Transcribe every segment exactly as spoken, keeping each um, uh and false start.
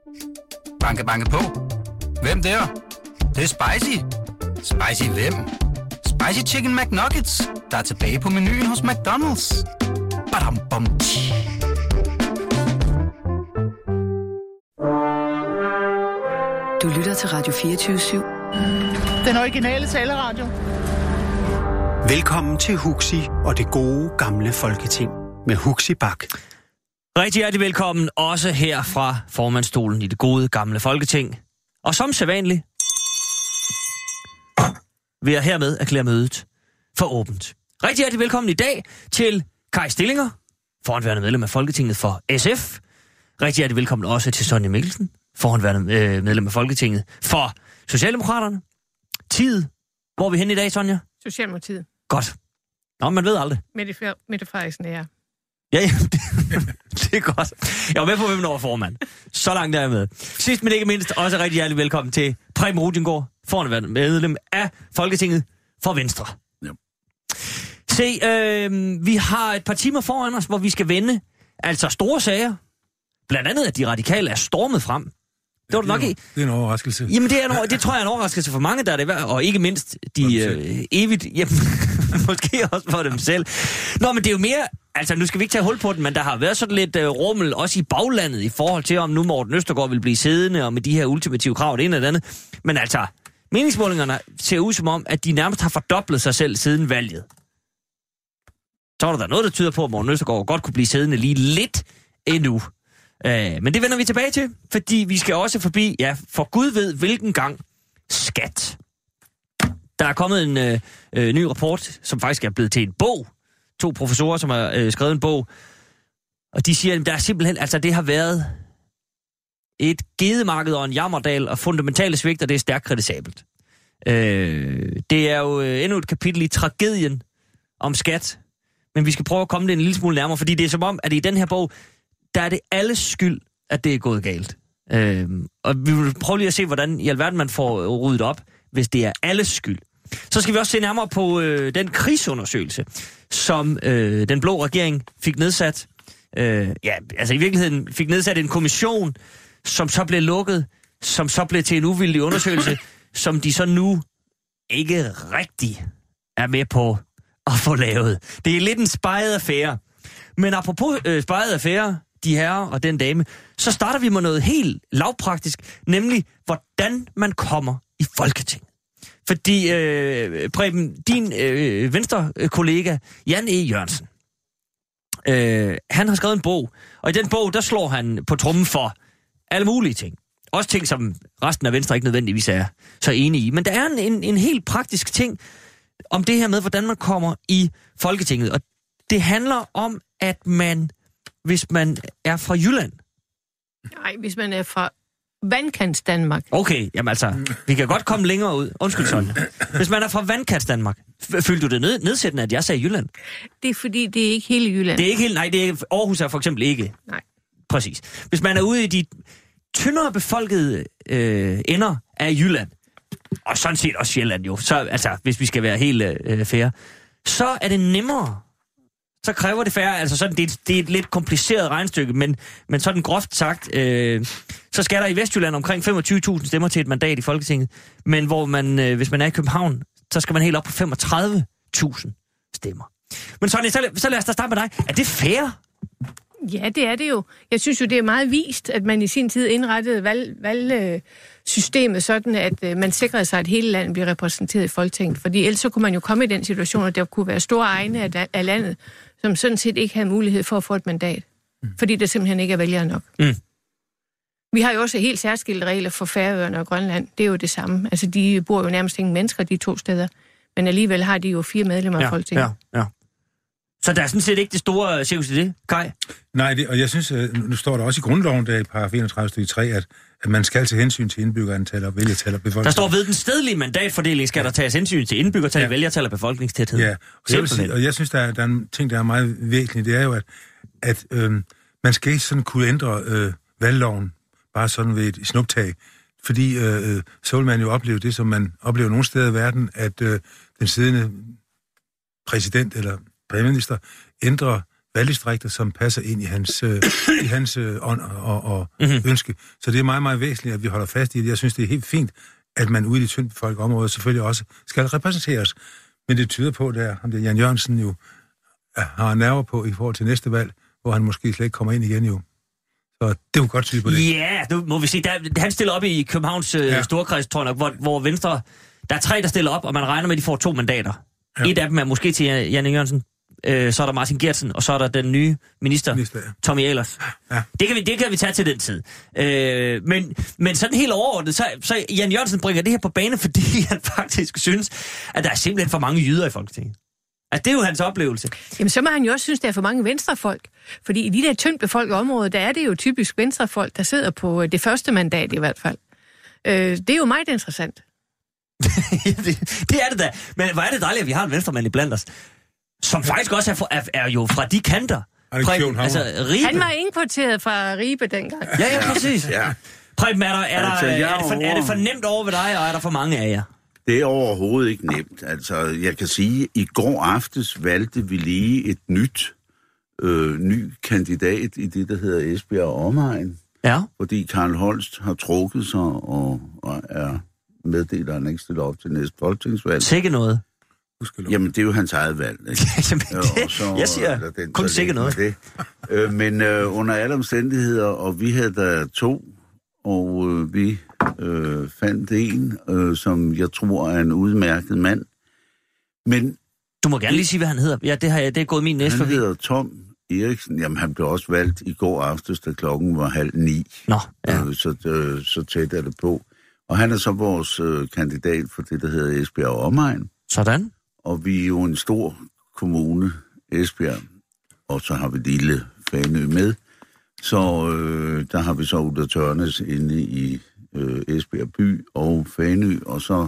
Banke, banke på. Hvem der? Det, det er spicy. Spicy hvem? Spicy Chicken McNuggets, der er tilbage på menuen hos McDonald's. Badum, bom, tji. Du lytter til Radio fireogtyve syv. Den originale taleradio. Velkommen til Huxi og det gode gamle Folketing med Huxi Bak. Rigtig hjertelig velkommen også her fra formandsstolen i det gode gamle Folketing. Og som sædvanligt vil jeg hermed erklære mødet for åbent. Rigtig hjertelig velkommen i dag til Kai Stillinger, forhåndværende medlem af Folketinget for S F. Rigtig hjertelig velkommen også til Sonja Mikkelsen, forhåndværende øh, medlem af Folketinget for Socialdemokraterne. Tid. Hvor er vi henne i dag, Sonja? Socialdemokratiet. Godt. Nå, man ved aldrig. Mette, Mette Frederiksen er jeg. Ja, ja det, det er godt. Jeg var med på, hvem der var formand. Så langt er jeg med. Sidst men ikke mindst, også rigtig hjertelig velkommen til Preben Rudiengaard, forhåndværende medlem af Folketinget for Venstre. Ja. Se, øh, vi har et par timer foran os, hvor vi skal vende altså store sager. Blandt andet, at de radikale er stormet frem. Det var det nok ikke. Det er en overraskelse. Jamen, det, er en, det tror jeg er en overraskelse for mange, der er det værd, og ikke mindst de øh, evigt, jamen, måske også for dem selv. Nå, men det er jo mere, altså nu skal vi ikke tage hul på den, men der har været sådan lidt øh, rummel, også i baglandet, i forhold til, om nu Morten Østergaard vil blive siddende, og med de her ultimative krav, det ene og det andet. Men altså, meningsmålingerne ser ud som om, at de nærmest har fordoblet sig selv siden valget. Så er der noget, der tyder på, at Morten Østergaard godt kunne blive siddende lige lidt endnu. Uh, men det vender vi tilbage til, fordi vi skal også forbi, ja, for Gud ved hvilken gang, skat. Der er kommet en uh, uh, ny rapport, som faktisk er blevet til en bog. To professorer, som har uh, skrevet en bog, og de siger, at der er simpelthen, altså det har været et gedemarked og en jammerdal og fundamentale svigt, og det er stærkt kritisabelt. Uh, det er jo uh, endnu et kapitel i tragedien om skat, men vi skal prøve at komme det en lille smule nærmere, fordi det er som om, at i den her bog, der er det alles skyld, at det er gået galt. Øhm, og vi vil prøve lige at se, hvordan i alverden man får ryddet op, hvis det er alles skyld. Så skal vi også se nærmere på øh, den krigsundersøgelse, som øh, den blå regering fik nedsat. Øh, ja, altså i virkeligheden fik nedsat en kommission, som så blev lukket, som så blev til en uvildig undersøgelse, som de så nu ikke rigtig er med på at få lavet. Det er lidt en speget affære. Men apropos øh, speget affære, de herrer og den dame, så starter vi med noget helt lavpraktisk, nemlig hvordan man kommer i Folketinget. Fordi, øh, Preben, din øh, venstre kollega, Jan E. Jørgensen, øh, han har skrevet en bog, og i den bog, der slår han på trommen for alle mulige ting. Også ting, som resten af Venstre ikke nødvendigvis er så enige i. Men der er en, en, en helt praktisk ting om det her med, hvordan man kommer i Folketinget. Og det handler om, at man, hvis man er fra Jylland... Nej, hvis man er fra Vandkants Danmark. Okay, jamen altså, vi kan godt komme længere ud. Undskyld, Sonja. Hvis man er fra Vandkants Danmark, følte du det ned, nedsættende, at jeg sagde Jylland? Det er fordi, det er ikke hele Jylland. Det er ikke helt... Nej, det er, Aarhus er for eksempel ikke. Nej. Præcis. Hvis man er ude i de tyndere befolkede øh, ender af Jylland, og sådan set også Sjælland jo, så altså, hvis vi skal være helt øh, fair, så er det nemmere. Så kræver det færre, altså sådan, det, er, det er et lidt kompliceret regnestykke, men, men sådan groft sagt, øh, så skal der i Vestjylland omkring femogtyve tusind stemmer til et mandat i Folketinget, men hvor man, øh, hvis man er i København, så skal man helt op på femogtredive tusind stemmer. Men Sonja, så, så lad os da starte med dig. Er det fair? Ja, det er det jo. Jeg synes jo, det er meget vist, at man i sin tid indrettede valg, valgsystemet sådan, at man sikrede sig, at hele landet bliver repræsenteret i Folketinget. Fordi ellers så kunne man jo komme i den situation, at der kunne være store egne af, af landet, som sådan set ikke havde mulighed for at få et mandat. Mm. Fordi der simpelthen ikke er vælgere nok. Mm. Vi har jo også helt særskilte regler for Færøerne og Grønland. Det er jo det samme. Altså, de bor jo nærmest ingen mennesker, de to steder. Men alligevel har de jo fire medlemmer ja, af Folketinget. Ja, ja. Så der er sådan set ikke det store cirkus i det, Kai? Nej, det, og jeg synes, nu står der også i grundloven, der i paragraf enogtredive stykke tre, at, at man skal tage hensyn til indbyggerantal og vælgertal og befolkning. Der står ved den stedlige mandatfordeling, skal der tages hensyn til indbyggertal, ja. Vælgertal og befolkningstæthed. Ja, og jeg, vil sige, og jeg synes, der er, der er en ting, der er meget væsentlig, det er jo, at, at øh, man skal ikke sådan kunne ændre øh, valgloven bare sådan ved et snuptag, fordi øh, så vil man jo opleve det, som man oplever nogle steder i verden, at øh, den siddende præsident eller premierminister ændrer valgdistrikter, som passer ind i hans, øh, i hans øh, ånd og, og mm-hmm. ønske. Så det er meget, meget væsentligt, at vi holder fast i det. Jeg synes, det er helt fint, at man ude i de tyndtbefolkede områder selvfølgelig også skal repræsenteres. Men det tyder på, at ham der Jan Jørgensen jo har nerver på i forhold til næste valg, hvor han måske slet ikke kommer ind igen jo. Så det er jo godt tyde på det. Ja, yeah, nu må vi se. Der, han stiller op i Københavns øh, ja. Storkreds, tror jeg, hvor, hvor Venstre... Der er tre, der stiller op, og man regner med, at de får to mandater. Ja. Et af dem er måske til Jan Jørgensen. Øh, så er der Martin Geertsen, og så er der den nye minister, minister ja. Tommy Ahlers. Ja. Det, kan vi, det kan vi tage til den tid. Øh, men, men sådan helt overordnet, så, så Jan Jørgensen bringer det her på bane, fordi han faktisk synes, at der er simpelthen for mange jyder i Folketinget. Altså, det er jo hans oplevelse. Jamen, så må han jo også synes, der er for mange venstrefolk. Fordi i de der tyndt befolkede områder, der er det jo typisk venstrefolk, der sidder på det første mandat i hvert fald. Øh, det er jo meget interessant. det, det er det da. Men hvor er det dejligt, at vi har en venstremand i blandt os, som faktisk også er, for, er, er jo fra de kanter. Præben, altså, Ribe. Han var indkvarteret fra Ribe dengang. Ja, ja, præcis. Ja. Præben, er, der, er, der, altså, er, det for, er det for nemt over ved dig, og er der for mange af jer? Det er overhovedet ikke nemt. Altså, jeg kan sige, at i går aftes valgte vi lige et nyt, øh, ny kandidat i det, der hedder Esbjerg og Omegn. Ja. Fordi Carl Holst har trukket sig og, og er meddelt, at han ikke stiller op til næste folketingsvalg. Sikke noget. Jamen, det er jo hans eget valg. Ikke? Jamen, det, så, jeg siger den, kun sikke noget. Det. Øh, men øh, under alle omstændigheder, og vi havde der to, og øh, vi øh, fandt en, øh, som jeg tror er en udmærket mand. Men du må gerne lige sige, hvad han hedder. Ja, det, har jeg, det er gået min næste forbi. Han hedder Tom Eriksen. Jamen, han blev også valgt i går aftes, da klokken var halv ni. Nå, ja. øh, så, øh, så tæt er det på. Og han er så vores øh, kandidat for det, der hedder Esbjerg og Omegn. Sådan. Og vi er jo en stor kommune, Esbjerg, og så har vi lille Fanø med. Så øh, der har vi så Ulla Tørnes inde i øh, Esbjerg by og Fanø, og så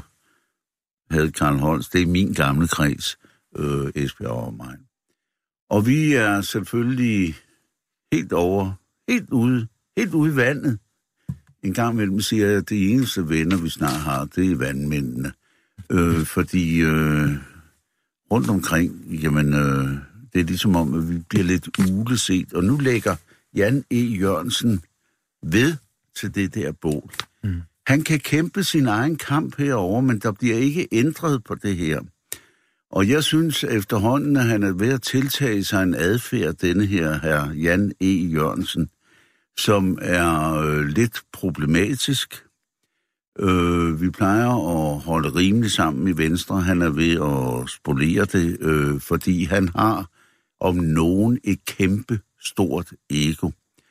havde Carl Holst, det er min gamle kreds, øh, Esbjerg og mig. Og vi er selvfølgelig helt over, helt ude, helt ude i vandet. En gang imellem siger jeg, at det eneste venner, vi snart har, det er vandmændene. Øh, fordi øh, rundt omkring, jamen, øh, det er ligesom om, at vi bliver lidt uleset. Og nu lægger Jan E. Jørgensen ved til det der bål. Mm. Han kan kæmpe sin egen kamp herover, men der bliver ikke ændret på det her. Og jeg synes efterhånden, at han er ved at tiltage sig en adfærd, denne her her Jan E. Jørgensen, som er øh, lidt problematisk. Øh, vi plejer at holde rimelig sammen i Venstre. Han er ved at spolere det, øh, fordi han har om nogen et kæmpe stort ego.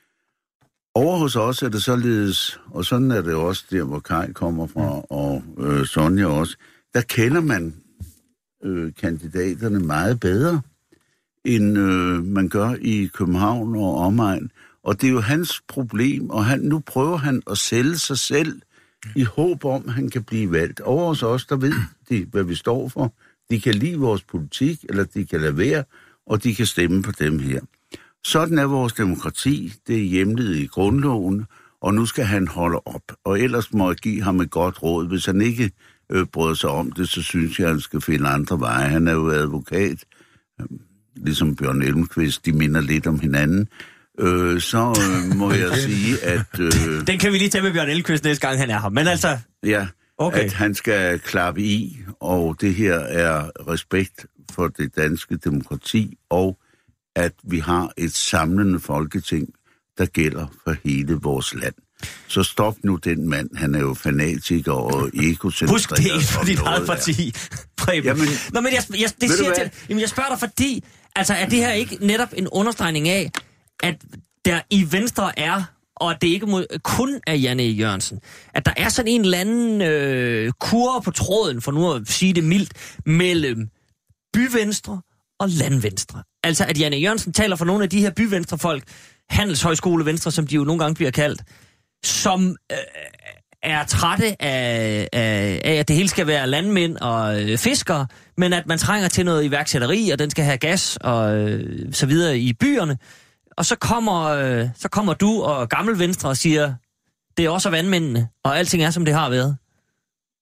Over hos os er det således, og sådan er det også der, hvor Kai kommer fra, og øh, Sonja også, der kender man øh, kandidaterne meget bedre, end øh, man gør i København og omegn. Og det er jo hans problem, og han, nu prøver han at sælge sig selv i håb om, at han kan blive valgt. Over hos os, der ved de, hvad vi står for. De kan lide vores politik, eller de kan lade være, og de kan stemme på dem her. Sådan er vores demokrati. Det er hjemlet i grundloven, og nu skal han holde op. Og ellers må jeg give ham et godt råd. Hvis han ikke øh, bryder sig om det, så synes jeg, at han skal finde andre veje. Han er jo advokat, øh, ligesom Bjørn Elmqvist, de minder lidt om hinanden. Øh, så øh, må jeg sige, at... Øh, Den kan vi lige tage med Bjørn Elmqvist næste gang, han er her. Men altså... Ja, okay. At han skal klappe i, og det her er respekt for det danske demokrati, og at vi har et samlende folketing, der gælder for hele vores land. Så stop nu den mand, han er jo fanatiker og egocentreret. Husk det ikke for dit eget parti, Preben. Jamen, Nå, men jeg, jeg, det siger til, jamen jeg spørger dig, fordi, altså er det her ikke netop en understregning af, at der i Venstre er, og at det ikke må, kun er Jan E. Jørgensen, at der er sådan en eller anden øh, kurve på tråden, for nu at sige det mildt, mellem byvenstre og landvenstre. Altså at Jan E. Jørgensen taler for nogle af de her byvenstrefolk, handelshøjskolevenstre, som de jo nogle gange bliver kaldt, som øh, er trætte af, af, af, at det hele skal være landmænd og øh, fiskere, men at man trænger til noget iværksætteri, og den skal have gas og øh, så videre i byerne. Og så kommer, øh, så kommer du og Gammel Venstre og siger, det er også vandmændene, og alting er, som det har været.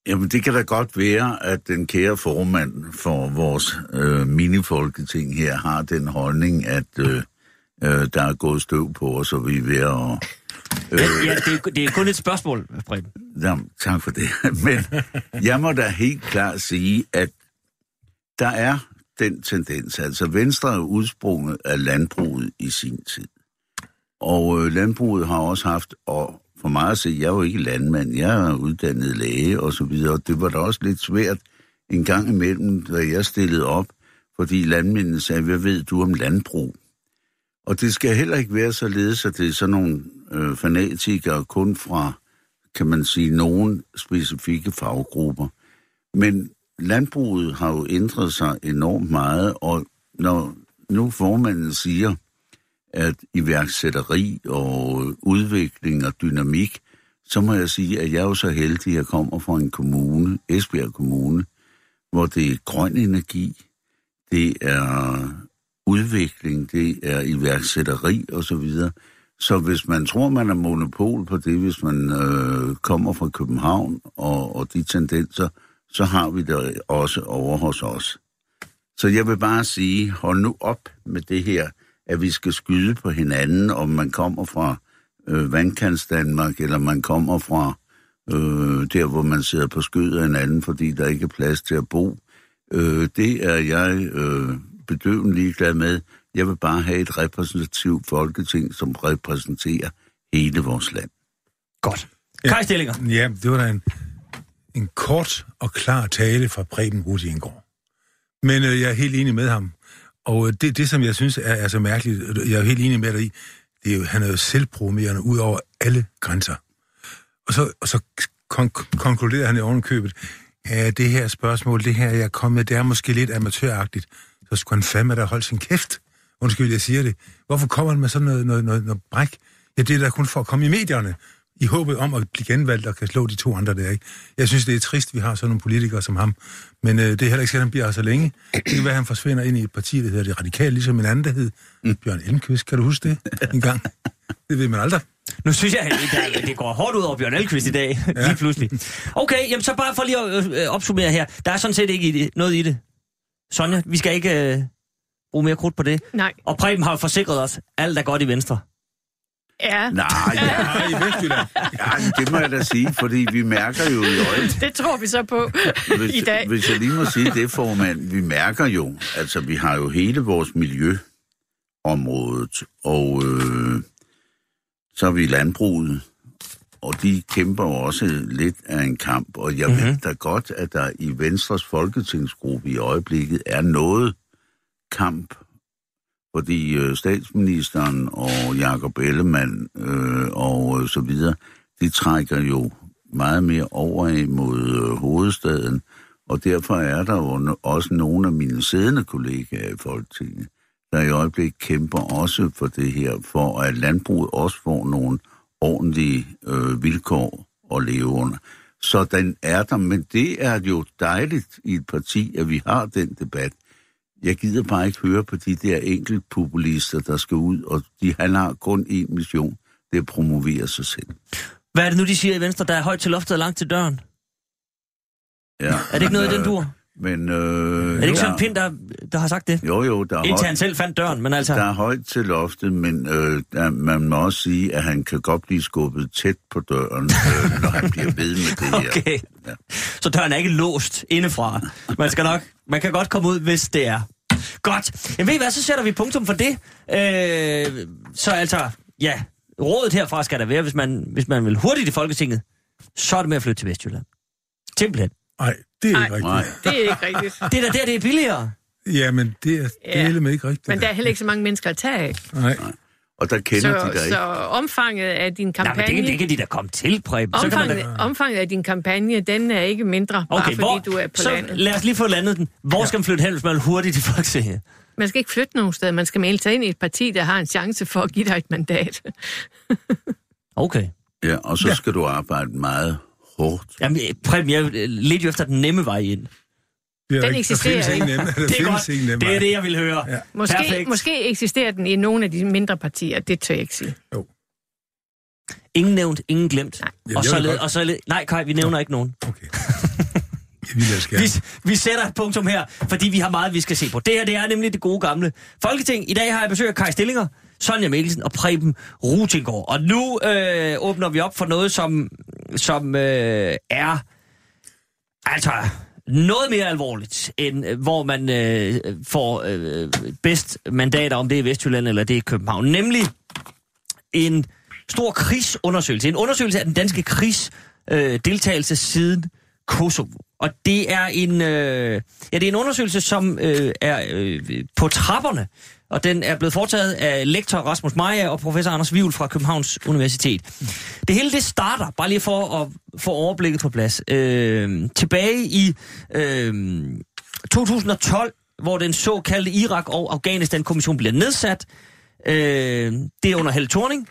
Jamen, det kan da godt være, at den kære formand for vores øh, minifolketing her har den holdning, at øh, øh, der er gået støv på os, og vi er ved at... Øh, ja, det er, det er kun et spørgsmål, Preben. Jamen, tak for det. Men jeg må da helt klart sige, at der er den tendens. Altså, Venstre er udsprunget af landbruget i sin tid. Og øh, landbruget har også haft... Og for mig at se, jeg er jo ikke landmand, jeg er uddannet læge og så videre, og det var da også lidt svært en gang imellem, da jeg stillede op, fordi landmændene sagde, hvad ved du om landbrug? Og det skal heller ikke være således, at det er sådan nogle øh, fanatikere kun fra, kan man sige, nogle specifikke faggrupper. Men landbruget har jo ændret sig enormt meget, og når nu formanden siger, at iværksætteri og udvikling og dynamik, så må jeg sige, at jeg er jo så heldig, at jeg kommer fra en kommune, Esbjerg Kommune, hvor det er grøn energi, det er udvikling, det er iværksætteri og så videre. Så hvis man tror, man er monopol på det, hvis man øh, kommer fra København og, og de tendenser, så har vi det også over hos os. Så jeg vil bare sige, hold nu op med det her, at vi skal skyde på hinanden, om man kommer fra øh, Vandkants Danmark, eller man kommer fra øh, der, hvor man sidder på skødet af hinanden, fordi der ikke er plads til at bo. Øh, det er jeg øh, bedøvende ligeglad med. Jeg vil bare have et repræsentativt folketing, som repræsenterer hele vores land. Godt. Kaj Stillinger. Ja, ja, det var da en, en kort og klar tale fra Preben Rudiengaard. Men øh, jeg er helt enig med ham. Og det, det som jeg synes er, er så mærkeligt, jeg er helt enig med dig i, det er jo, han er jo selvpromoverende ud over alle grænser. Og så, og så kon- konkluderer han i ovenkøbet, ja, det her spørgsmål, det her jeg er kommet med, det er måske lidt amatøragtigt. Så skulle han fandme da holde sin kæft. Undskyld, jeg siger det. Hvorfor kommer han med sådan noget, noget, noget, noget bræk? Ja, det er da kun for at komme i medierne, i håbet om at blive genvalgt og kan slå de to andre der, ikke? Jeg synes, det er trist, vi har sådan nogle politikere som ham. Men øh, det er heller ikke sikkert, at han bliver så længe. Det kan være, at han forsvinder ind i et parti, der hedder Det Radikale, ligesom en anden, der hed mm. Bjørn Elmquist. Kan du huske det en gang? Det ved man aldrig. Nu synes jeg, at det går hårdt ud over Bjørn Elmquist i dag, ja. Lige pludselig. Okay, jamen så bare for lige at opsummere her. Der er sådan set ikke i det, noget i det. Sonja, vi skal ikke øh, bruge mere krudt på det. Nej. Og Preben har forsikret os, alt er godt i Venstre. Ja. Nej, ja, i Vestjylland. Ja, det må jeg da sige, fordi vi mærker jo i øjet. Det tror vi så på hvis, i dag. Hvis jeg lige må sige det, formand, vi mærker jo, altså vi har jo hele vores miljøområdet, og øh, så har vi landbruget, og de kæmper jo også lidt af en kamp, og jeg mm-hmm. ved da godt, at der i Venstres folketingsgruppe i øjeblikket er noget kamp, fordi øh, statsministeren og Jakob Ellemann øh, og øh, så videre, de trækker jo meget mere over imod øh, hovedstaden, og derfor er der jo også nogle af mine siddende kollegaer i Folketinget, der i øjeblikket kæmper også for det her, for at landbruget også får nogle ordentlige øh, vilkår at leve under. Så den er der, men det er jo dejligt i et parti, at vi har den debat. Jeg gider bare ikke høre på de der enkelte populister, der skal ud, og de, han har kun én mission, det er at promovere sig selv. Hvad er det nu, de siger i Venstre, der er højt til loftet og langt til døren? Ja. Er det ikke noget i den dur? Men, øh, er det ikke ja. Søren Pind, der, der har sagt det? Jo, jo. Der er Indtil højt, han selv fandt døren, men altså... Der er højt til loftet, men øh, der, man må også sige, at han kan godt blive skubbet tæt på døren, øh, når han bliver ved med det her. Okay. Ja. Så døren er ikke låst indefra. Man skal nok... Man kan godt komme ud, hvis det er. Godt. Jamen ved I hvad, så sætter vi punktum for det. Øh, så altså, ja, rådet herfra skal der være, hvis man, hvis man vil hurtigt i Folketinget, så er det med at flytte til Vestjylland. Simpelthen. Nej, det er Ej, ikke rigtigt. Nej. Det er ikke rigtigt. Det er da der, det er billigere. Ja, men det er Ja. dele med ikke rigtigt. Men der er heller ikke så mange mennesker at tage af. Nej. Og der kender Så, de der ikke. så omfanget af din Nej, kampagne... men det, det kan de da komme til, Preben. Så kan man Omfanget, da... omfanget af din kampagne, den er ikke mindre, bare Okay, fordi hvor... du er på så landet. lad os lige få landet den. Hvor skal man flytte hen, hvis man vil hurtigt i Folketinget? Man skal ikke flytte nogen sted. Man skal melde sig ind i et parti, der har en chance for at give dig et mandat. Okay. Ja, og så Ja. skal du arbejde meget hårdt. Jamen, Preben, jeg ledte jo efter den nemme vej ind. Det er Den ikke- eksisterer der findes ikke. ingen nemme. Der Det er findes godt. ingen nemme Det er vej. det, jeg vil høre. Ja. Måske, Perfekt. måske eksisterer den i nogle af de mindre partier, det tør jeg ikke sige. Jo. Ingen nævnt, ingen glemt. Nej. Jamen, Og jeg så, vil led, godt- og så led, nej, Kaj, vi nævner ikke nogen. Okay. Vi, vi, vi sætter et punktum her, fordi vi har meget, vi skal se på. Det her, det er nemlig det gode gamle Folketing. I dag har jeg besøg af Kai Stillinger, Sonja Mikkelsen og Preben Rutingård. Og nu øh, åbner vi op for noget, som, som øh, er altså noget mere alvorligt, end øh, hvor man øh, får øh, bedst mandater, om det er i Vestjylland eller det er i København. Nemlig en stor krigsundersøgelse. En undersøgelse af den danske krigsdeltagelse øh, siden Kosovo. Og det er en, øh, ja, det er en undersøgelse, som øh, er øh, på trapperne, og den er blevet foretaget af lektor Rasmus Maja og professor Anders Wivel fra Københavns Universitet. Det hele det starter, bare lige for at få overblikket på plads, øh, tilbage i øh, to tusind og tolv, hvor den såkaldte Irak- og Afghanistan-kommission bliver nedsat. Øh, det er under Helle Thorning.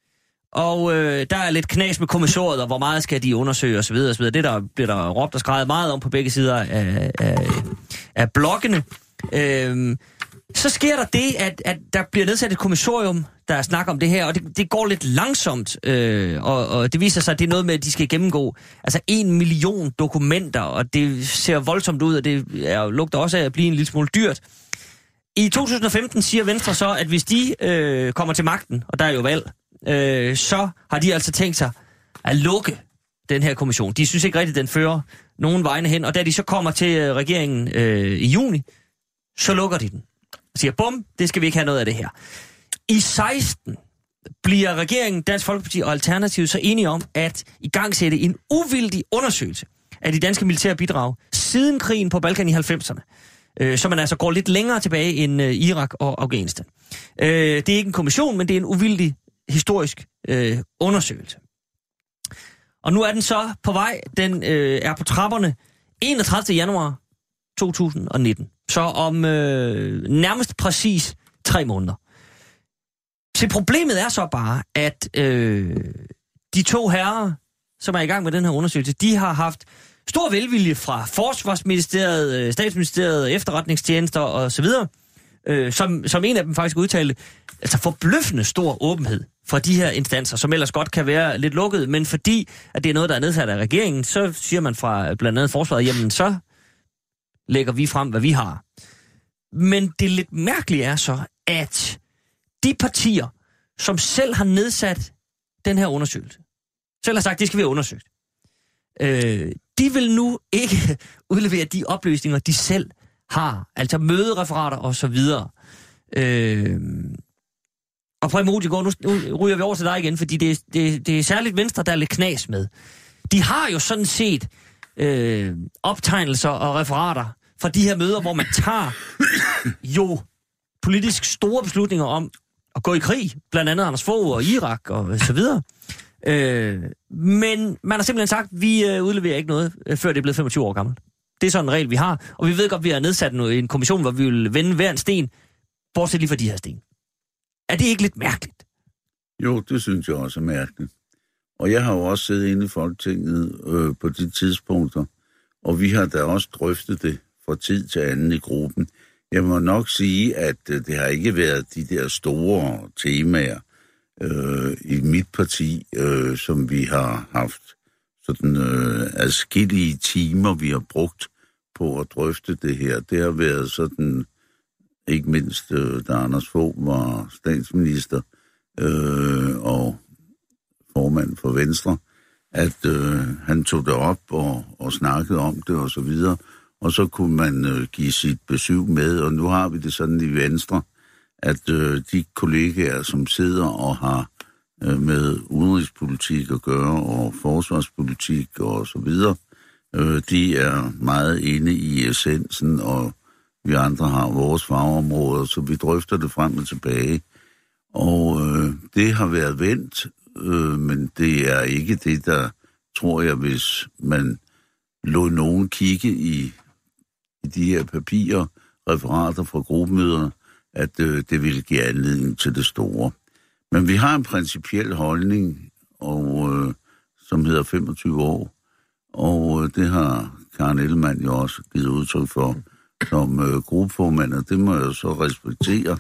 Og øh, der er lidt knas med kommissoriet, og hvor meget skal de undersøge osv. osv. Det der bliver der råbt og skreget meget om på begge sider af, af, af bloggene. Øh, så sker der det, at, at der bliver nedsat et kommissorium, der snakker om det her, og det, det går lidt langsomt, øh, og, og det viser sig, at det er noget med, at de skal gennemgå altså en million dokumenter, og det ser voldsomt ud, og det er, lugter også af at blive en lille smule dyrt. I to tusind og femten siger Venstre så, at hvis de øh, kommer til magten, og der er jo valg, Øh, så har de altså tænkt sig at lukke den her kommission. De synes ikke rigtigt, den fører nogen vegne hen, og da de så kommer til øh, regeringen øh, i juni, så lukker de den. Og siger, bum, det skal vi ikke have noget af det her. I seksten bliver regeringen, Dansk Folkeparti og Alternativet så enige om at igangsætte en uvildig undersøgelse af de danske militære bidrag siden krigen på Balkan i halvfemserne. Øh, så man altså går lidt længere tilbage end øh, Irak og Afghanistan. Øh, det er ikke en kommission, men det er en uvildig historisk øh, undersøgelse. Og nu er den så på vej. Den øh, er på trapperne enogtredivte januar to tusind og nitten. Så om øh, nærmest præcis tre måneder. Så problemet er så bare, at øh, de to herrer, som er i gang med den her undersøgelse, de har haft stor velvilje fra Forsvarsministeriet, Statsministeriet, efterretningstjenester osv., øh, som, som en af dem faktisk udtalte, altså forbløffende stor åbenhed fra de her instanser, som ellers godt kan være lidt lukket, men fordi at det er noget, der er nedsat af regeringen, så siger man fra blandt andet forsvaret, jamen så lægger vi frem, hvad vi har. Men det lidt mærkelige er så, at de partier, som selv har nedsat den her undersøgelse, selv har sagt, det skal vi have undersøgt, øh, de vil nu ikke udlevere de oplysninger, de selv har, altså mødereferater og så videre. Øh, og Preben Rutingård, nu, nu ryger vi over til dig igen, fordi det, det, det er særligt Venstre, der er lidt knas med. De har jo sådan set øh, optegnelser og referater fra de her møder, hvor man tager jo politisk store beslutninger om at gå i krig, blandt andet Anders Fogh og Irak og så videre. Øh, men man har simpelthen sagt, at vi øh, udleverer ikke noget, øh, før det er blevet femogtyve år gammelt. Det er sådan en regel, vi har. Og vi ved godt, at vi har nedsat en kommission, hvor vi vil vende hver en sten, bortset lige fra de her sten. Er det ikke lidt mærkeligt? Jo, det synes jeg også er mærkeligt. Og jeg har jo også siddet inde i Folketinget øh, på de tidspunkter, og vi har da også drøftet det fra tid til anden i gruppen. Jeg må nok sige, at øh, det har ikke været de der store temaer øh, i mit parti, øh, som vi har haft sådan øh, adskillige timer, vi har brugt på at drøfte det her. Det har været sådan, ikke mindst øh, da Anders Fogh var statsminister øh, og formand for Venstre, at øh, han tog det op og, og snakkede om det og så videre, og så kunne man øh, give sit besøg med, og nu har vi det sådan i Venstre, at øh, de kollegaer, som sidder og har øh, med udenrigspolitik at gøre, og forsvarspolitik og så videre, øh, de er meget inde i essensen, og vi andre har vores fagområder, så vi drøfter det frem og tilbage. Og øh, det har været vendt, øh, men det er ikke det, der, tror jeg, hvis man lod nogen kigge i, i de her papirer, referater fra gruppemøder, at øh, det ville give anledning til det store. Men vi har en principiel holdning, og, øh, som hedder femogtyve år, og øh, det har Karen Ellemann jo også givet udtryk for som øh, gruppeformand, og det må jeg så respektere,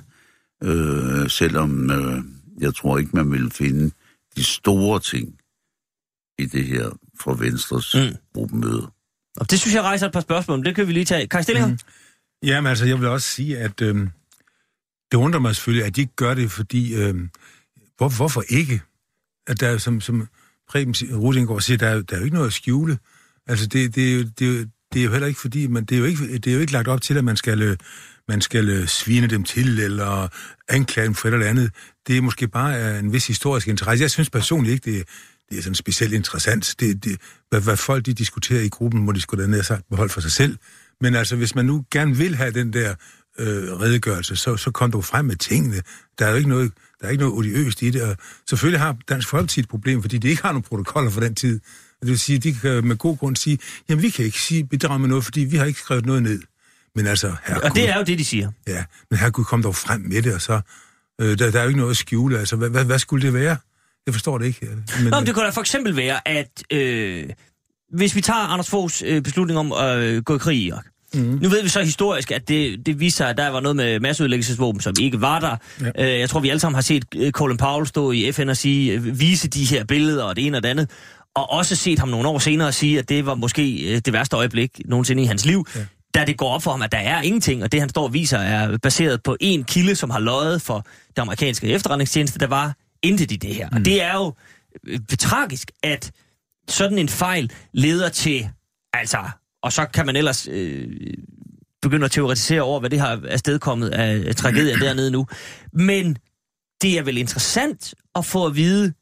øh, selvom øh, jeg tror ikke, man vil finde de store ting i det her fra Venstres mm. gruppemøde. Og det synes jeg rejser et par spørgsmål, men det kan vi lige tage. Kai Stillinger? Mm. Jamen altså, jeg vil også sige, at øh, det undrer mig selvfølgelig, at de ikke gør det, fordi øh, hvor, hvorfor ikke? At der, som, som Preben Rudingsgaard siger, der er, der er jo ikke noget at skjule. Altså, det, det, er jo, det, er jo, det er jo heller ikke fordi, man, det, er jo ikke, det er jo ikke lagt op til, at man skal, man skal svine dem til, eller anklage dem for et eller andet. Det er måske bare en vis historisk interesse. Jeg synes personligt ikke, det, det er sådan specielt interessant. Det, det, hvad, hvad folk de diskuterer i gruppen, må de sgu da ned og sagt beholde for sig selv. Men altså, hvis man nu gerne vil have den der øh, redegørelse, så, så kom du frem med tingene. Der er jo ikke noget, der er ikke noget odiøst i det. Og selvfølgelig har Dansk Folkeparti et problem, fordi de ikke har nogen protokoller for den tid. Det vil sige, de kan med god grund sige, jamen vi kan ikke sige bidrage med noget, fordi vi har ikke skrevet noget ned. Men altså, herregud, og det er jo det, de siger. Ja, men herregud, kom dog frem med det, og så, øh, der, der er jo ikke noget at skjule. Altså, hvad, hvad, hvad skulle det være? Jeg forstår det ikke. Men, Nå, men det kunne da for eksempel være, at øh, hvis vi tager Anders Foghs øh, beslutning om at øh, gå i krig i Irak. Mm-hmm. Nu ved vi så historisk, at det, det viser sig, at der var noget med masseødelæggelsesvåben, som ikke var der. Ja. Øh, jeg tror, vi alle sammen har set Colin Powell stå i F N og sige, vise de her billeder og det ene og det andet. Og også set ham nogle år senere sige, at det var måske det værste øjeblik nogensinde i hans liv. Ja. Da det går op for ham, at der er ingenting, og det han står og viser er baseret på en kilde, som har løjet for det amerikanske efterretningstjeneste. Der var intet i det her. Mm. Og det er jo øh, tragisk, at sådan en fejl leder til, altså, og så kan man ellers øh, begynde at teoretisere over, hvad det har afstedkommet af, af tragedier dernede nu. Men det er vel interessant at få at vide,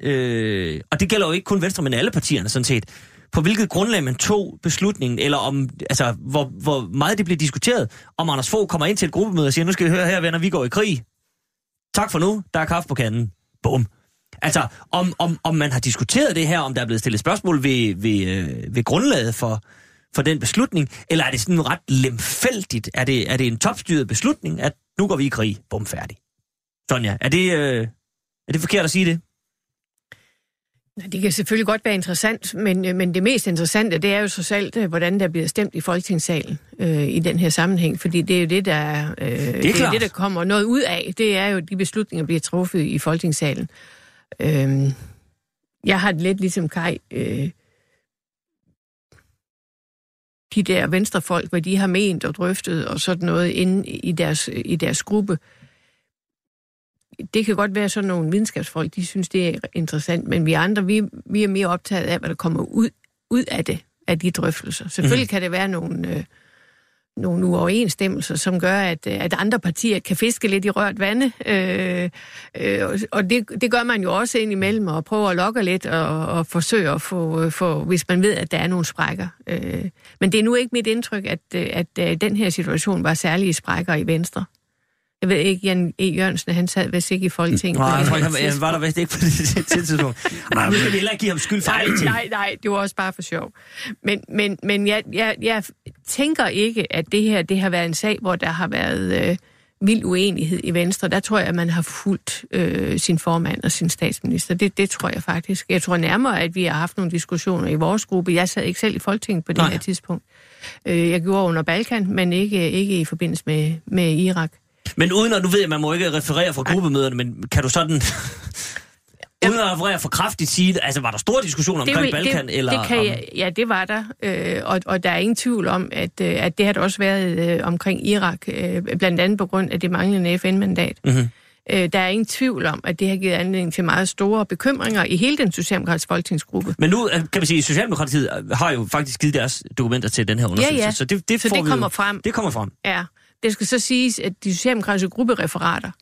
øh, og det gælder jo ikke kun Venstre, men alle partierne sådan set, på hvilket grundlag man tog beslutningen, eller om, altså, hvor, hvor meget det bliver diskuteret, om Anders Fogh kommer ind til et gruppemøde og siger, nu skal vi høre her, venner, vi går i krig. Tak for nu, der er kaffe på kanden. Bum. Altså, om, om, om man har diskuteret det her, om der er blevet stillet spørgsmål ved, ved, øh, ved grundlaget for, for den beslutning, eller er det sådan ret lemfældigt? Er det, er det en topstyret beslutning, at nu går vi i krig? Bum, færdig. Sonja, er det, øh, er det forkert at sige det? Det kan selvfølgelig godt være interessant, men, men det mest interessante, det er jo så selv, hvordan der bliver stemt i Folketingssalen øh, i den her sammenhæng, fordi det er jo det, der, øh, det er det, er det, der kommer noget ud af. Det er jo, de beslutninger bliver truffet i Folketingssalen. Øh, jeg har det lidt ligesom Kai, øh, de der venstrefolk, hvad de har ment og drøftet og sådan noget inde i deres, i deres gruppe. Det kan godt være sådan nogle videnskabsfolk, de synes, det er interessant, men vi andre, vi, vi er mere optaget af, hvad der kommer ud, ud af det, af de drøftelser. Selvfølgelig mm. kan det være nogle, øh, nogle uoverensstemmelser, som gør, at, at andre partier kan fiske lidt i rørt vande, øh, øh, og det, det gør man jo også indimellem, og prøver at lokke lidt, og, og forsøge at få, få, hvis man ved, at der er nogle sprækker. Øh, men det er nu ikke mit indtryk, at, at, at den her situation var særlige sprækker i Venstre. Jeg ved ikke, Jan E. Jørgensen, han sad vist ikke i Folketinget. Nej, jeg tror ikke, han, han var der vist ikke på det tidspunkt. Nej, vi vil heller ikke give ham skyld for alle ting. Nej, nej, det var også bare for sjov. Men, men, men jeg, jeg, jeg tænker ikke, at det her det har været en sag, hvor der har været øh, vild uenighed i Venstre. Der tror jeg, at man har fulgt øh, sin formand og sin statsminister. Det, det tror jeg faktisk. Jeg tror nærmere, at vi har haft nogle diskussioner i vores gruppe. Jeg sad ikke selv i Folketinget på det nej. her tidspunkt. Øh, jeg gjorde under Balkan, men ikke, ikke i forbindelse med, med Irak. Men uden at, nu ved jeg, man må ikke referere fra gruppemøderne, men kan du sådan, uden at referere for kraftigt sige, altså var der store diskussioner omkring det, Balkan? Det, eller det kan om... jeg, ja, det var der, øh, og, og der er ingen tvivl om, at, øh, at det har der også været øh, omkring Irak, øh, blandt andet på grund af det manglende F N-mandat. Mm-hmm. Øh, der er ingen tvivl om, at det har givet anledning til meget store bekymringer i hele den socialdemokratiske folketingsgruppe. Men nu kan man sige, at Socialdemokratiet har jo faktisk givet deres dokumenter til den her undersøgelse, ja, ja. så det, det, så får det vi kommer jo, frem. Det kommer frem. Ja. Det skal så siges, at de socialdemokratiske gruppereferater,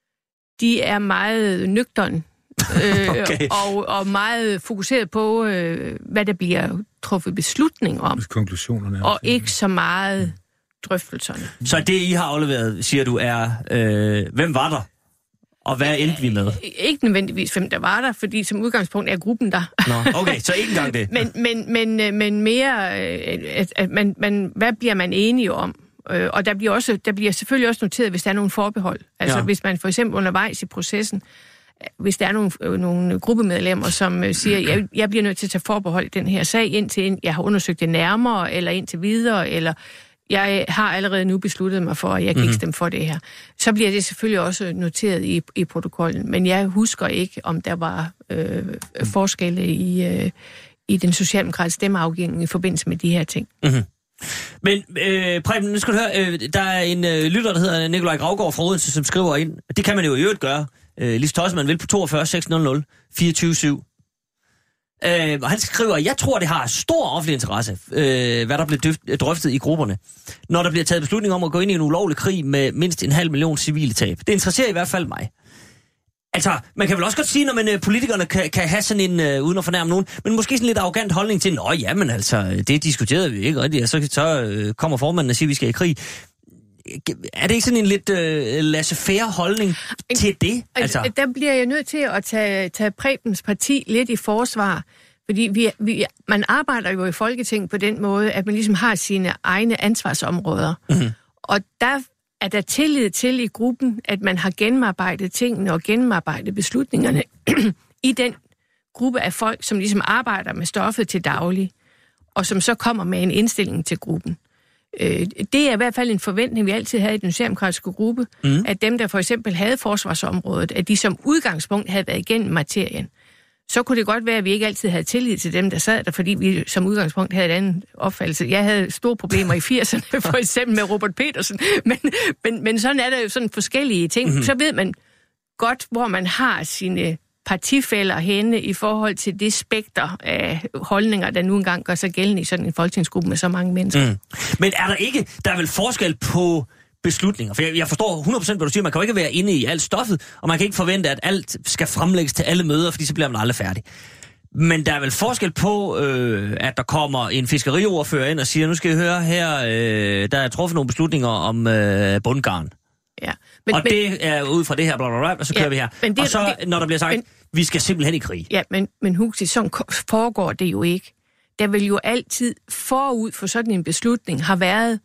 de er meget nøgterne øh, okay. og, og meget fokuseret på, øh, hvad der bliver truffet beslutning om. Konklusionerne. Og ikke så meget drøftelserne. Så det, I har afleveret, siger du, er, øh, hvem var der? Og hvad endte vi med? Ikke nødvendigvis, hvem der var der, fordi som udgangspunkt er gruppen der. Nå, okay, så ikke engang det. men, men, men, men mere, at, at man, man, hvad bliver man enige om? Og der bliver, også, der bliver selvfølgelig også noteret, hvis der er nogle forbehold. Altså ja. hvis man for eksempel undervejs i processen, hvis der er nogle, nogle gruppemedlemmer, som siger, jeg, jeg bliver nødt til at tage forbehold i den her sag, indtil jeg har undersøgt det nærmere, eller indtil videre, eller jeg har allerede nu besluttet mig for, at jeg kan ikke stemme for det her. Så bliver det selvfølgelig også noteret i, i protokollen. Men jeg husker ikke, om der var øh, forskelle i, øh, i den socialdemokratiske stemmeafgivning i forbindelse med de her ting. Mm-hmm. Men øh, Preben, nu skal du høre, øh, der er en øh, lytter, der hedder Nikolaj Gravgaard fra Odense, som skriver ind. Det kan man jo i øvrigt gøre. Øh, lige så tosset man vil på toogfyrre seks hundrede fireogtyve syv. Øh, og han skriver, jeg tror, det har stor offentlig interesse, øh, hvad der bliver drøftet i grupperne, når der bliver taget beslutning om at gå ind i en ulovlig krig med mindst en halv million civile tab. Det interesserer i hvert fald mig. Altså, man kan vel også godt sige, når man, øh, politikerne kan, kan have sådan en, øh, uden at fornærme nogen, men måske sådan en lidt arrogant holdning til, nå ja, men altså, det diskuterede vi ikke rigtigt, og så, så øh, kommer formanden og siger, at vi skal i krig. Er det ikke sådan en lidt øh, laissez-faire holdning til det? Altså? Der bliver jeg nødt til at tage, tage Prebens parti lidt i forsvar, fordi vi, vi, man arbejder jo i Folketinget på den måde, at man ligesom har sine egne ansvarsområder. Mm-hmm. Og der er der tillid til i gruppen, at man har gennemarbejdet tingene og gennemarbejdet beslutningerne i den gruppe af folk, som ligesom arbejder med stoffet til daglig, og som så kommer med en indstilling til gruppen. Det er i hvert fald en forventning, vi altid havde i den socialdemokratiske gruppe, mm. at dem, der for eksempel havde forsvarsområdet, at de som udgangspunkt havde været igennem materien. Så kunne det godt være, at vi ikke altid havde tillid til dem, der sad der, fordi vi som udgangspunkt havde et andet opfattelse. Jeg havde store problemer i firserne, for eksempel med Robert Petersen, men, men, men sådan er der jo sådan forskellige ting. Mm. Så ved man godt, hvor man har sine partifæller henne i forhold til det spekter af holdninger, der nu engang gør sig gældende i sådan en folketingsgruppe med så mange mennesker. Mm. Men er der ikke, der er vel forskel på beslutninger? For jeg, jeg forstår hundrede procent, hvad du siger. Man kan jo ikke være inde i alt stoffet, og man kan ikke forvente, at alt skal fremlægges til alle møder, fordi så bliver man aldrig færdig. Men der er vel forskel på, øh, at der kommer en fiskeriordfører ind og siger, nu skal I høre her, øh, der er truffet nogle beslutninger om øh, bundgarn. Ja. Men, og men, det er ud fra det her, bla, bla, bla, og så kører ja, vi her. Det, og så, det, når der bliver sagt, men, vi skal simpelthen i krig. Ja, men, men Huxi, sådan foregår det jo ikke. Der vil jo altid forud for sådan en beslutning har været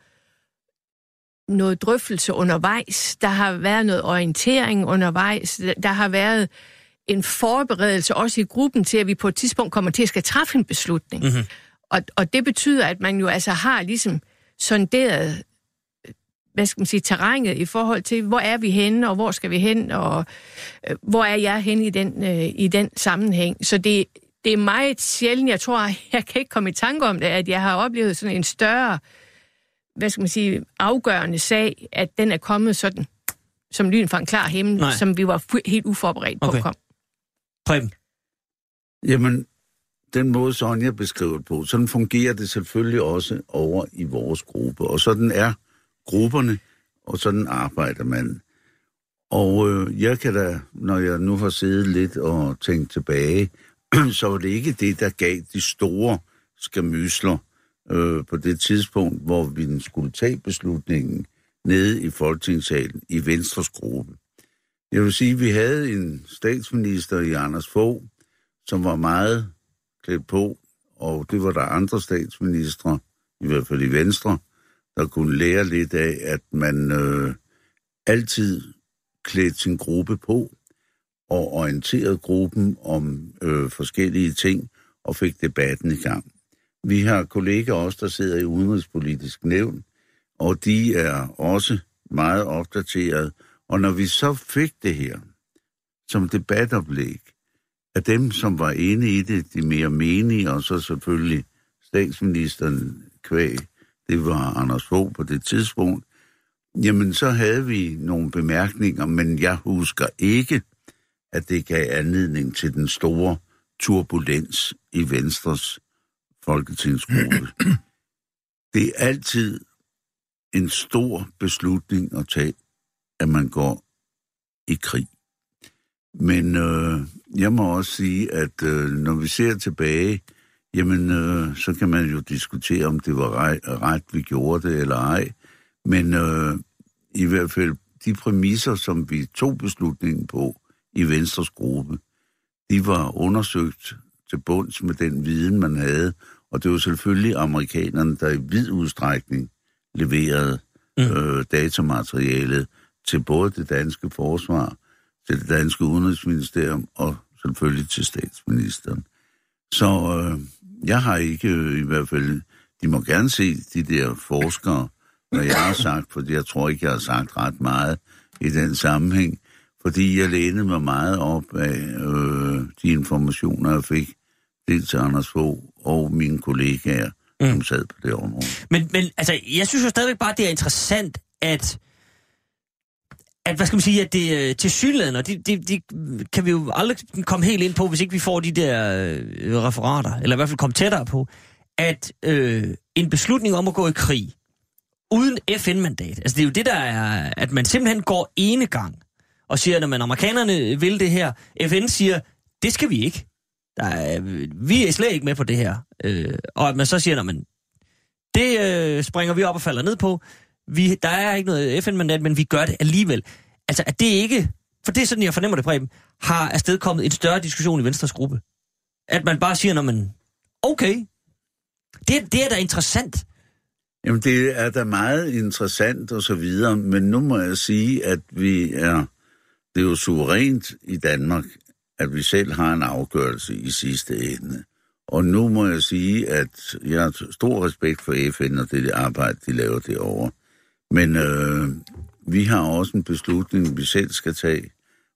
noget drøftelse undervejs. Der har været noget orientering undervejs. Der har været en forberedelse også i gruppen til, at vi på et tidspunkt kommer til at skal træffe en beslutning. Mm-hmm. Og, og det betyder, at man jo altså har ligesom sonderet, hvad skal man sige, terrænet i forhold til, hvor er vi henne, og hvor skal vi hen, og øh, hvor er jeg henne i den, øh, i den sammenhæng. Så det, det er meget sjældent, jeg tror, jeg kan ikke komme i tanke om det, at jeg har oplevet sådan en større, hvad skal man sige, afgørende sag, at den er kommet sådan, som lyn fra en klar himmel, Nej. Som vi var helt uforberedt på okay. at komme. Preben? Jamen, den måde Sonja beskriver det på, sådan fungerer det selvfølgelig også over i vores gruppe, og sådan er grupperne, og sådan arbejder man. Og øh, jeg kan da, når jeg nu har siddet lidt og tænkt tilbage, så var det ikke det, der gav de store skamysler øh, på det tidspunkt, hvor vi skulle tage beslutningen nede i Folketingssalen i Venstres gruppe. Jeg vil sige, at vi havde en statsminister i Anders Fogh, som var meget klædt på, og det var der andre statsministre, i hvert fald i Venstre, der kunne lære lidt af, at man øh, altid klædte sin gruppe på og orienterede gruppen om øh, forskellige ting og fik debatten i gang. Vi har kolleger også, der sidder i Udenrigspolitisk Nævn, og de er også meget opdateret. Og når vi så fik det her som debatoplæg af dem, som var inde i det, de mere menige, og så selvfølgelig statsministeren kvæg, det var Anders Fogh på det tidspunkt, jamen så havde vi nogle bemærkninger, men jeg husker ikke, at det gav anledning til den store turbulens i Venstres folketingsgruppe. Det er altid en stor beslutning at tage, at man går i krig. Men øh, jeg må også sige, at øh, når vi ser tilbage, jamen øh, så kan man jo diskutere, om det var ret, ret vi gjorde det eller ej. Men øh, i hvert fald de præmisser, som vi tog beslutningen på i Venstres gruppe, de var undersøgt til bunds med den viden, man havde. Og det var selvfølgelig amerikanerne, der i vid udstrækning leverede mm. øh, datamaterialet til både det danske forsvar, til det danske udenrigsministerium og selvfølgelig til statsministeren. Så øh, jeg har ikke øh, i hvert fald, de må gerne se de der forskere, når jeg har sagt, for jeg tror ikke, jeg har sagt ret meget i den sammenhæng, fordi jeg lænede mig meget op af øh, de informationer, jeg fik dels til Anders Fogh og mine kollegaer, mm. som sad på det område. Men, men altså, jeg synes jo stadigvæk bare, det er interessant, at, at hvad skal man sige, at det til synligheden, og det de, de kan vi jo aldrig komme helt ind på, hvis ikke vi får de der øh, referater, eller i hvert fald komme tættere på, at øh, en beslutning om at gå i krig, uden F N-mandat, altså det er jo det, der er, at man simpelthen går ene gang, og siger, når man amerikanerne vil det her, F N siger, det skal vi ikke. Der er, vi er slet ikke med på det her. Øh, og at man så siger, man, det øh, springer vi op og falder ned på. Vi, der er ikke noget F N-mandat, men vi gør det alligevel. Altså, at det ikke, for det er sådan, jeg fornemmer det, Preben, har afstedkommet en større diskussion i Venstres gruppe. At man bare siger, når man, okay, det, det er da interessant. Jamen, det er da meget interessant og så videre, men nu må jeg sige, at vi er, det er jo suverænt i Danmark, at vi selv har en afgørelse i sidste ende. Og nu må jeg sige, at jeg har stor respekt for F N og det arbejde, de laver derovre. Men øh, vi har også en beslutning, vi selv skal tage,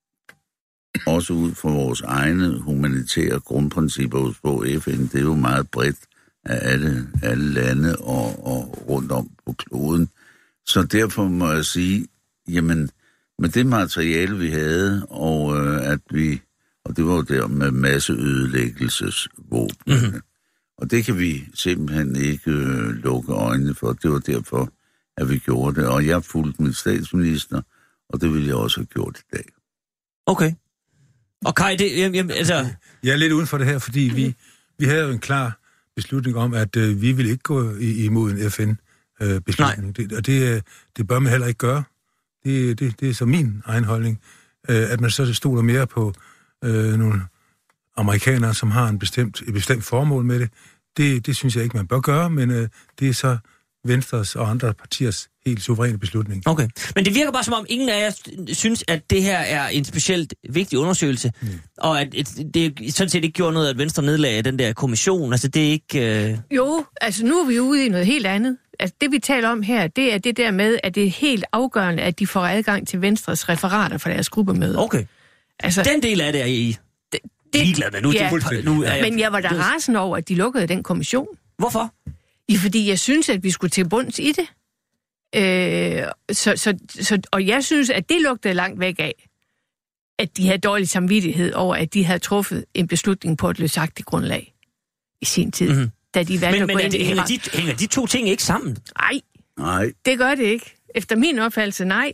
også ud fra vores egne humanitære grundprincipper hos på F N. Det er jo meget bredt af alle, alle lande og, og rundt om på kloden. Så derfor må jeg sige, jamen, med det materiale, vi havde, og øh, at vi, og det var jo der med masseødelæggelsesvåben, mm-hmm. og det kan vi simpelthen ikke øh, lukke øjnene for. Det var derfor, at vi gjorde det, og jeg fulgte min statsminister, og det ville jeg også have gjort i dag. Okay. Og Kai, det, jamen, altså... Jeg er lidt uden for det her, fordi vi, vi havde jo en klar beslutning om, at øh, vi ville ikke gå i, imod en F N-beslutning, øh, og det, det bør man heller ikke gøre. Det, det, det er så min egen holdning, øh, at man så stoler mere på øh, nogle amerikanere, som har en bestemt, et bestemt formål med det. Det, det synes jeg ikke, man bør gøre, men øh, det er så Venstres og andre partiers helt suveræne beslutning. Okay. Men det virker bare som om, ingen af jer synes, at det her er en specielt vigtig undersøgelse, mm. og at det sådan set ikke gjorde noget, at Venstre nedlagde den der kommission. Altså, det er ikke... Øh... Jo, altså nu er vi ude i noget helt andet. Altså, det vi taler om her, det er det der med, at det er helt afgørende, at de får adgang til Venstres referater fra deres gruppemøder. Okay. Altså, den del af det er I det, det, ligeglad med. Nu, ja, det, nu er jeg, men jeg var da rasende over, at de lukkede den kommission. Hvorfor? Ja, fordi jeg synes, at vi skulle til bunds i det. Øh, så, så, så, og jeg synes, at det lugtede langt væk af, at de havde dårlig samvittighed over, at de havde truffet en beslutning på et løsagtigt grundlag i sin tid. Mm-hmm. Da de valgte men at gå men ind det, i hænger, de, hænger de to ting ikke sammen? Nej. Nej. Det gør det ikke. Efter min opfattelse, nej.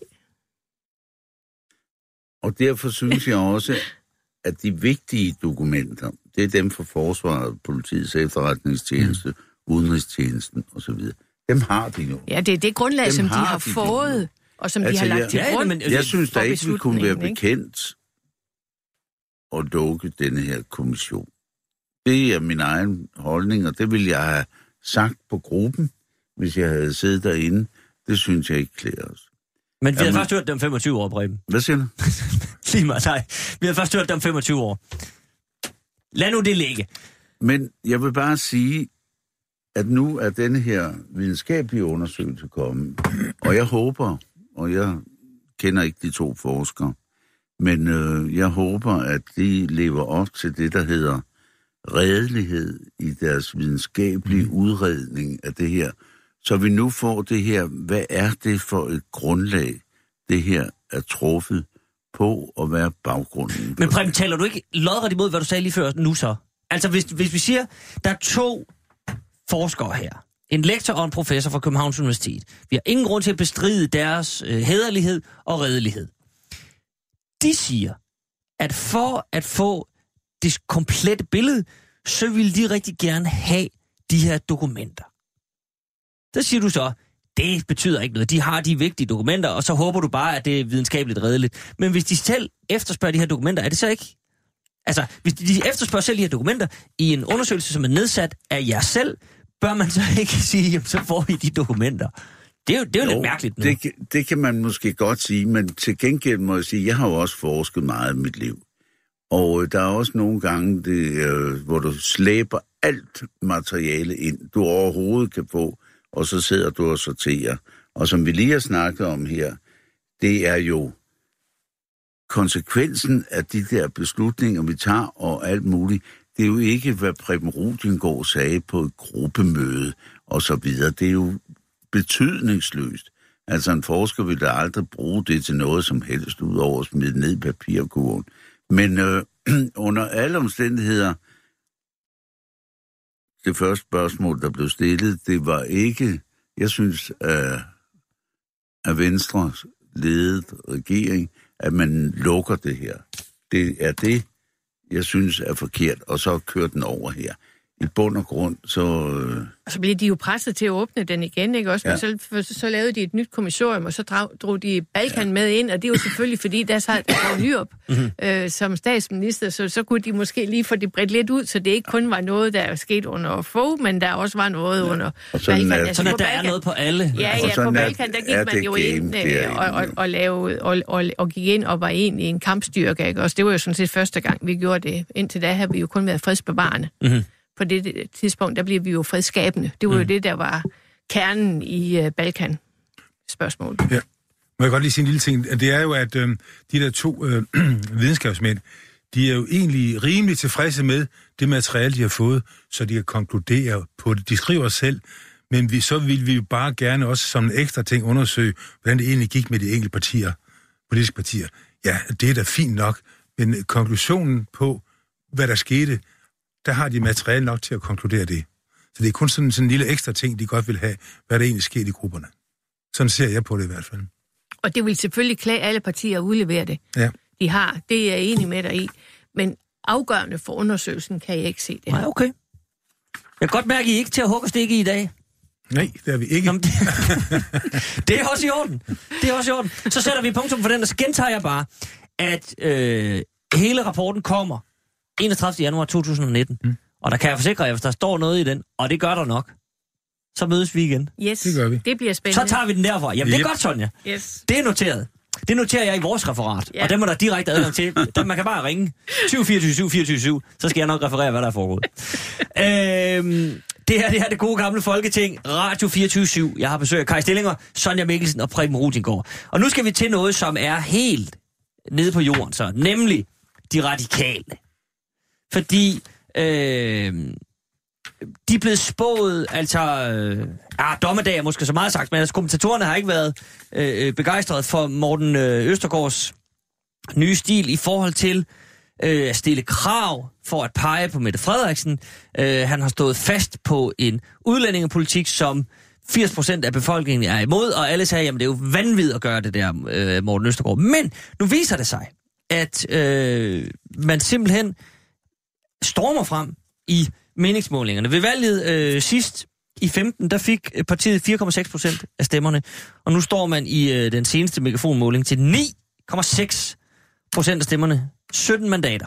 Og derfor synes jeg også, at de vigtige dokumenter, det er dem fra Forsvaret, Politiets Efterretningstjeneste, mm. Udenrigstjenesten osv. Dem har de jo. Ja, det er det grundlag, dem som de har de fået, de og som altså, de har lagt til grund. Jeg, jeg synes da ikke, vi kunne være bekendt at lukke denne her kommission. Det er min egen holdning, og det ville jeg have sagt på gruppen, hvis jeg havde siddet derinde. Det synes jeg ikke klæder os. Men vi havde først hørt det om femogtyve år, Preben. Hvad siger du? Lige meget, nej. Vi havde først hørt det om femogtyve år. Lad nu det ligge. Men jeg vil bare sige, at nu er denne her videnskabelige undersøgelse kommet, og jeg håber, og jeg kender ikke de to forskere, men øh, jeg håber, at de lever op til det, der hedder redelighed i deres videnskabelige udredning af det her. Så vi nu får det her, hvad er det for et grundlag, det her er truffet på at være baggrunden. Men Preben, taler du ikke lodret imod, hvad du sagde lige før nu så? Altså, hvis, hvis vi siger, der er to forskere her, en lektor og en professor fra Københavns Universitet. Vi har ingen grund til at bestride deres øh, hæderlighed og redelighed. De siger, at for at få det komplette billede, så vil de rigtig gerne have de her dokumenter. Der siger du så, det betyder ikke noget. De har de vigtige dokumenter, og så håber du bare, at det er videnskabeligt redeligt. Men hvis de selv efterspørger de her dokumenter, er det så ikke... Altså, hvis de efterspørger selv de her dokumenter i en undersøgelse, som er nedsat af jer selv, bør man så ikke sige, jamen, så får I de dokumenter. Det er jo, det er jo, jo lidt mærkeligt nu. Det, det kan man måske godt sige, men til gengæld må jeg sige, jeg har jo også forsket meget i mit liv. Og der er også nogle gange, det, øh, hvor du slæber alt materiale ind, du overhovedet kan få, og så sidder du og sorterer. Og som vi lige har snakket om her, det er jo konsekvensen af de der beslutninger, vi tager og alt muligt, det er jo ikke, hvad Preben Rudiengaard sagde på et gruppemøde og så videre. Det er jo betydningsløst. Altså en forsker vil da aldrig bruge det til noget som helst, ud over at smide ned i papirkurven. Men øh, under alle omstændigheder, det første spørgsmål, der blev stillet, det var ikke, jeg synes, at, at Venstres ledet regering, at man lukker det her. Det er det, jeg synes er forkert, og så kører den over her. I bund og grund, så... Øh... Så blev de jo presset til at åbne den igen, ikke også? Ja. Men så, så lavede de et nyt kommissorium, og så drog, drog de Balkan ja. med ind, og det er jo selvfølgelig, fordi der sad Poul Nyrup mm-hmm. øh, som statsminister, så, så kunne de måske lige få det bredt lidt ud, så det ikke kun var noget, der er sket under Fogh, men der også var noget ja. under Balkan. Er, altså, sådan, at der Balkan, er noget på alle. Ja, ja, på Balkan, der gik man jo ind øh, og, og, og, lavede, og, og, og gik ind og var ind i en kampstyrke, ikke også? Det var jo sådan set første gang, vi gjorde det. Indtil da havde vi jo kun været fredsbevarende. Mm-hmm. På det tidspunkt, der bliver vi jo fredskabende. Det var mm. jo det, der var kernen i uh, Balkan-spørgsmålet. Ja. Må jeg godt lige sige en lille ting. Det er jo, at øh, de der to øh, videnskabsmænd, de er jo egentlig rimelig tilfredse med det materiale, de har fået, så de kan konkludere på det. De skriver selv, men vi, så vil vi jo bare gerne også som en ekstra ting undersøge, hvordan det egentlig gik med de enkelte partier, politiske partier. Ja, det er da fint nok, men konklusionen på, hvad der skete, der har de materiale nok til at konkludere det. Så det er kun sådan, sådan en lille ekstra ting, de godt vil have, hvad der egentlig sker i grupperne. Sådan ser jeg på det i hvert fald. Og det vil selvfølgelig klage alle partier at udlevere det. Ja. De har, det er jeg enig med dig i. Men afgørende for undersøgelsen kan jeg ikke se det. Nej, okay. Jeg kan godt mærke, at I ikke til at hugge og stikke i dag. Nej, det er vi ikke. Nå, det, det er også i orden. Det er også i orden. Så sætter vi punktum for den, og så gentager jeg bare, at øh, hele rapporten kommer enogtredivte januar to tusind nitten. Mm. Og der kan jeg forsikre jer, hvis der står noget i den, og det gør der nok, så mødes vi igen. Yes, det gør vi. Det bliver spændende. Så tager vi den derfra. Jamen, yep. Det er godt, Sonja. Yes. Det er noteret. Det noterer jeg i vores referat, ja. Og dem er der direkte adgang til. Der, man kan bare ringe syv fire syv fire syv syv, så skal jeg nok referere, hvad der er foregået. øhm, det her, det her er det gode gamle Folketing, Radio fireogtyve syv. Jeg har besøg af Kai Stillinger, Sonja Mikkelsen og Preben Rudiengaard. Og nu skal vi til noget, som er helt nede på jorden, så nemlig de radikale. Fordi øh, de er blevet spået, altså, øh, ah, dommedag er måske så meget sagt, men altså, kommentatorerne har ikke været øh, begejstrede for Morten øh, Østergaards nye stil i forhold til øh, at stille krav for at pege på Mette Frederiksen. Øh, han har stået fast på en udlændingepolitik, som firs procent af befolkningen er imod, og alle sagde, jamen det er jo vanvittigt at gøre det der, øh, Morten Østergaard. Men nu viser det sig, at øh, man simpelthen stormer frem i meningsmålingerne. Ved valget øh, sidst i femten, der fik partiet fire komma seks procent af stemmerne, og nu står man i øh, den seneste megafonmåling til ni komma seks procent af stemmerne. sytten mandater.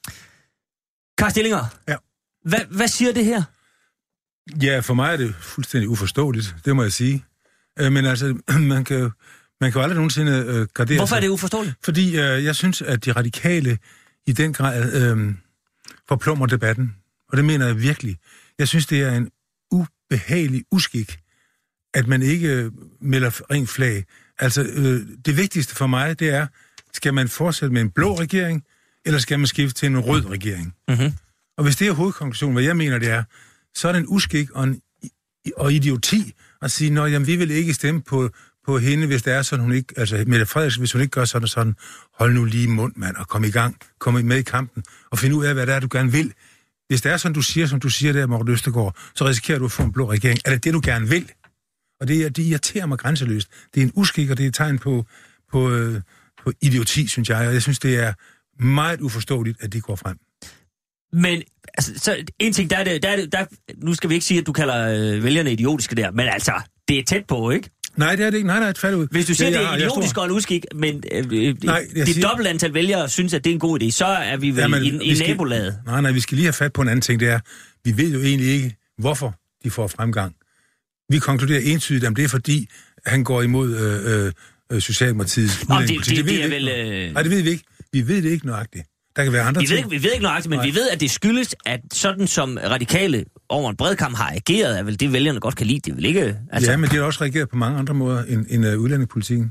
Kai Stillinger, ja. Hva, hvad siger det her? Ja, for mig er det fuldstændig uforståeligt, det må jeg sige. Øh, men altså, man kan jo man kan jo aldrig nogensinde øh, gardere Hvorfor sig. er det uforståeligt? Fordi øh, jeg synes, at de radikale i den grad øh, forplummer debatten. Og det mener jeg virkelig. Jeg synes, det er en ubehagelig uskik, at man ikke melder rent flag. Altså, øh, det vigtigste for mig, det er, skal man fortsætte med en blå regering, eller skal man skifte til en rød regering? Mm-hmm. Og hvis det er hovedkonklusionen, hvad jeg mener, det er, så er det en uskik og, en, og idioti at sige, nå, jamen, vi vil ikke stemme på, på hende, hvis det er sådan, hun ikke, altså Mette Frederiksen, hvis hun ikke gør sådan og sådan, hold nu lige mund, mand, og kom i gang, kom med i kampen, og find ud af, hvad det er, du gerne vil. Hvis det er sådan, du siger, som du siger der, Morten Østergaard, så risikerer du at få en blå regering. Er det det, du gerne vil? Og det, det irriterer mig grænseløst. Det er en uskik, og det er et tegn på, på, øh, på idioti, synes jeg. Og jeg synes, det er meget uforståeligt, at de går frem. Men altså, så en ting, der er det, der er det, der, nu skal vi ikke sige, at du kalder øh, vælgerne idiotiske der, men altså, det er tæt på, ikke? Nej, det er det ikke. Nej, nej, et fald ud. Hvis du siger, det, det er idiotisk og en uskik, men øh, nej, det siger... dobbelt antal vælgere synes, at det er en god idé, så er vi vel ja, i, i skal... nabolaget. Nej, nej, vi skal lige have fat på en anden ting, det er, vi ved jo egentlig ikke, hvorfor de får fremgang. Vi konkluderer entydigt, at det er fordi, han går imod øh, øh, Socialdemokratiets udlændingepolitik. Det, det, det, det er vel... Øh... Nej, det ved vi ikke. Vi ved det ikke nøjagtigt. Der kan være andre vi ting. Ved ikke, vi ved ikke nøjagtigt, men nej. Vi ved, at det skyldes, at sådan som radikale over en bredkamp har ageret, er vel det, vælgerne godt kan lide. Det vil ikke... Altså... Ja, men de har også reageret på mange andre måder end, end uh, udlændingepolitikken.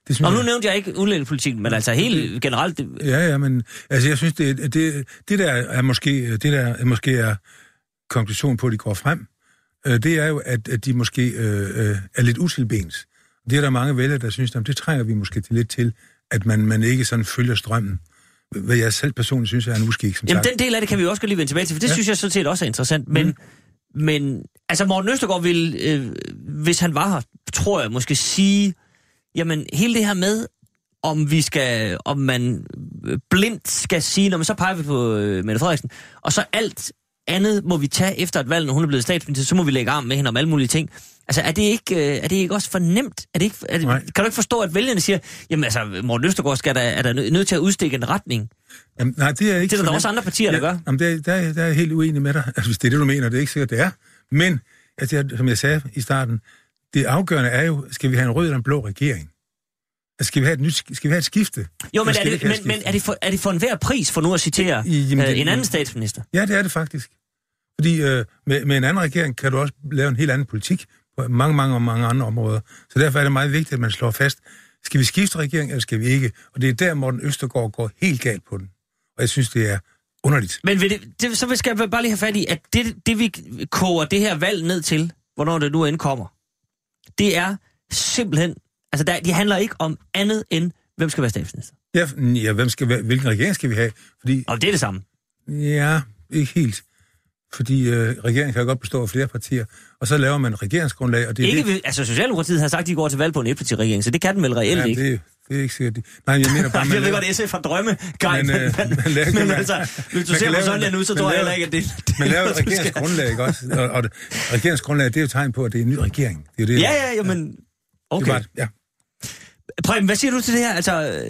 Det synes Og nu jeg... nævnte jeg ikke udlændingepolitikken, men altså helt det... generelt... Det... Ja, ja, men altså, jeg synes, det, det, det der er måske, det der er måske er konklusion på, at de går frem, det er jo, at, at de måske øh, er lidt utilbens. Det er der mange vælgere, der synes, at det trænger vi måske til lidt til, at man, man ikke sådan følger strømmen. Hvad jeg selv personligt synes er en uskik, som Jamen, sagt. den del af det kan vi også godt lige vende tilbage til, for det ja. synes jeg sådan set også er interessant. Men, mm. men altså, Morten Østergaard vil, øh, hvis han var her, tror jeg, måske sige, jamen, hele det her med, om vi skal, om man blindt skal sige, når man så peger vi på øh, Mette Frederiksen, og så alt andet må vi tage efter et valg, når hun er blevet statsminister, så må vi lægge arm med hende om alle mulige ting. Altså, er det ikke, øh, er det ikke også for nemt? Er det ikke, er det, kan du ikke forstå, at vælgerne siger, jamen altså, Morten Østergaard skal der, er der nødt til at udstikke en retning? Jamen, nej, det er ikke... Det er der også andre partier, der ja, gør. Jamen, der, der, der er jeg helt uenig med dig. Altså, hvis det er det, du mener, det er ikke sikkert, det er. Men, altså, jeg, som jeg sagde i starten, det afgørende er jo, skal vi have en rød eller en blå regering? Altså, skal vi have et nyt, skal vi have et skifte? Jo, men, er det, men, men er, det for, er det for enhver pris, for nu at citere I, jamen, øh, en anden statsminister? Ja, det er det faktisk. Fordi øh, med, med en anden regering kan du også lave en helt anden politik på mange, mange og mange andre områder. Så derfor er det meget vigtigt, at man slår fast, skal vi skifte regering, eller skal vi ikke? Og det er der, Morten Østergaard går helt galt på den. Og jeg synes, det er underligt. Men det, det, så skal jeg bare lige have fat i, at det, det vi koger det her valg ned til, hvornår det nu end kommer, det er simpelthen, altså der, det handler ikke om andet end, hvem skal være statsminister. Ja, ja hvem skal, hvilken regering skal vi have? Fordi, og det er det samme. Ja, ikke helt. Fordi øh, regeringen kan jo godt bestå af flere partier, og så laver man regeringsgrundlag, og det er ikke, det... Altså, Socialdemokratiet har sagt, at de går til valg på en etpartiregering, så det kan den vel reelt ja, ikke. Det, det er ikke sikkert. Nej, jeg mener bare... jeg ved godt, S F har drømme, Guy, men, øh, men, men, men, men altså, hvis du ser på sådan nu, så tror jeg heller ikke, at det... det man laver et regeringsgrundlag, ikke også? Og, og det, regeringsgrundlag, det er jo tegn på, at det er en ny regering. Det er det, ja, ja, jamen... Okay. Bare, ja. Preben, hvad siger du til det her? Altså...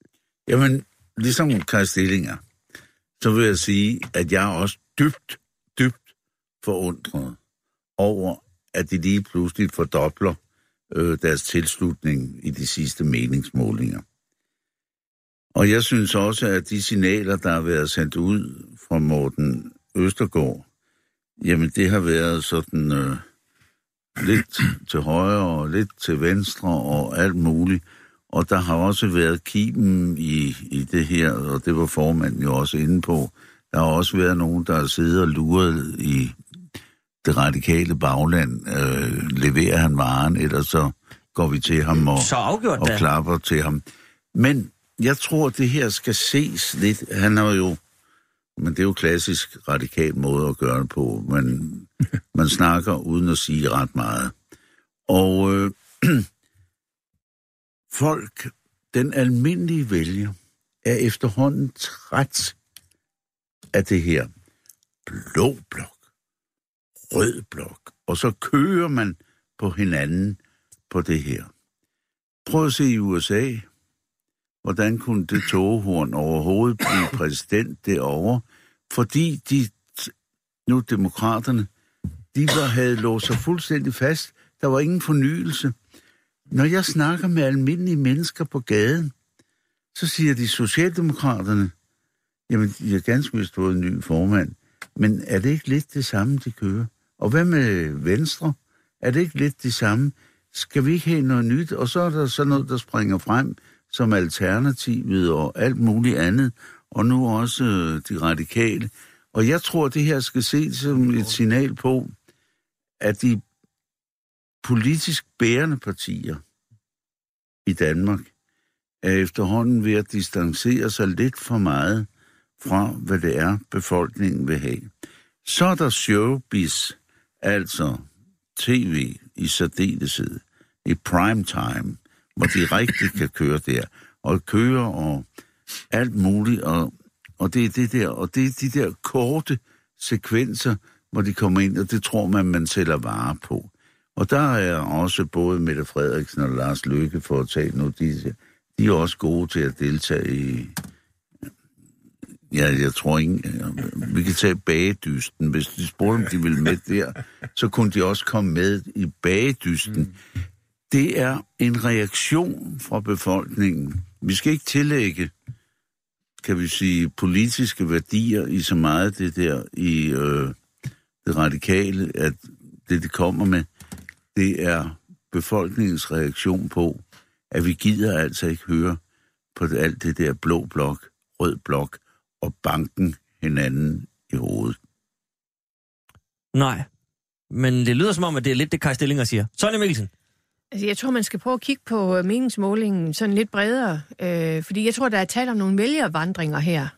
Jamen, ligesom Kaj Stillinger, så vil jeg sige, at jeg er også dybt, dybt forundret over, at de lige pludselig fordobler øh, deres tilslutning i de sidste meningsmålinger. Og jeg synes også, at de signaler, der har været sendt ud fra Morten Østergaard, jamen det har været sådan øh, lidt til højre og lidt til venstre og alt muligt. Og der har også været kimen i, i det her, og det var formanden jo også inde på. Der har også været nogen, der har siddet og luret i det radikale bagland. Øh, leverer han varen, ellers så går vi til ham og, og klapper til ham. Men jeg tror, det her skal ses lidt. Han har jo, men det er jo klassisk radikal måde at gøre det på. Man, man snakker uden at sige ret meget. Og øh, folk, den almindelige vælger, er efterhånden træt af det her blå blok, rød blok, og så kører man på hinanden på det her. Prøv at se i U S A, hvordan kunne det togehorn overhovedet blive præsident derovre, fordi de, nu demokraterne, de var, havde låst sig fuldstændig fast. Der var ingen fornyelse. Når jeg snakker med almindelige mennesker på gaden, så siger de socialdemokraterne, jamen, de har ganske vist fået en ny formand, men er det ikke lidt det samme, de kører? Og hvad med Venstre? Er det ikke lidt det samme? Skal vi ikke have noget nyt? Og så er der sådan noget, der springer frem som alternativet og alt muligt andet, og nu også de radikale. Og jeg tror, det her skal ses som et signal på, at de politisk bærende partier i Danmark er efterhånden ved at distancere sig lidt for meget fra, hvad det er, befolkningen vil have. Så er der showbiz, altså tv i særdeleshed, i prime time, hvor de rigtig kan køre der, og køre og alt muligt, og, og det er det der, og det er de der korte sekvenser, hvor de kommer ind, og det tror man, man sælger varer på. Og der er også både Mette Frederiksen og Lars Løkke for at tage nu, de, de er også gode til at deltage i, ja, jeg tror ikke, vi kan tage bagedysten. Hvis de spurgte, om de ville med der, så kunne de også komme med i bagedysten. Mm. Det er en reaktion fra befolkningen. Vi skal ikke tillægge, kan vi sige, politiske værdier i så meget det der i øh, det radikale, at det, det kommer med, det er befolkningens reaktion på, at vi gider altså ikke høre på alt det der blå blok, rød blok og banken hinanden i hovedet. Nej, men det lyder som om, at det er lidt det, Kai Stillinger siger. Sonja Mikkelsen. Altså, jeg tror, man skal prøve at kigge på meningsmålingen sådan lidt bredere, øh, fordi jeg tror, der er tale om nogle vælgervandringer her.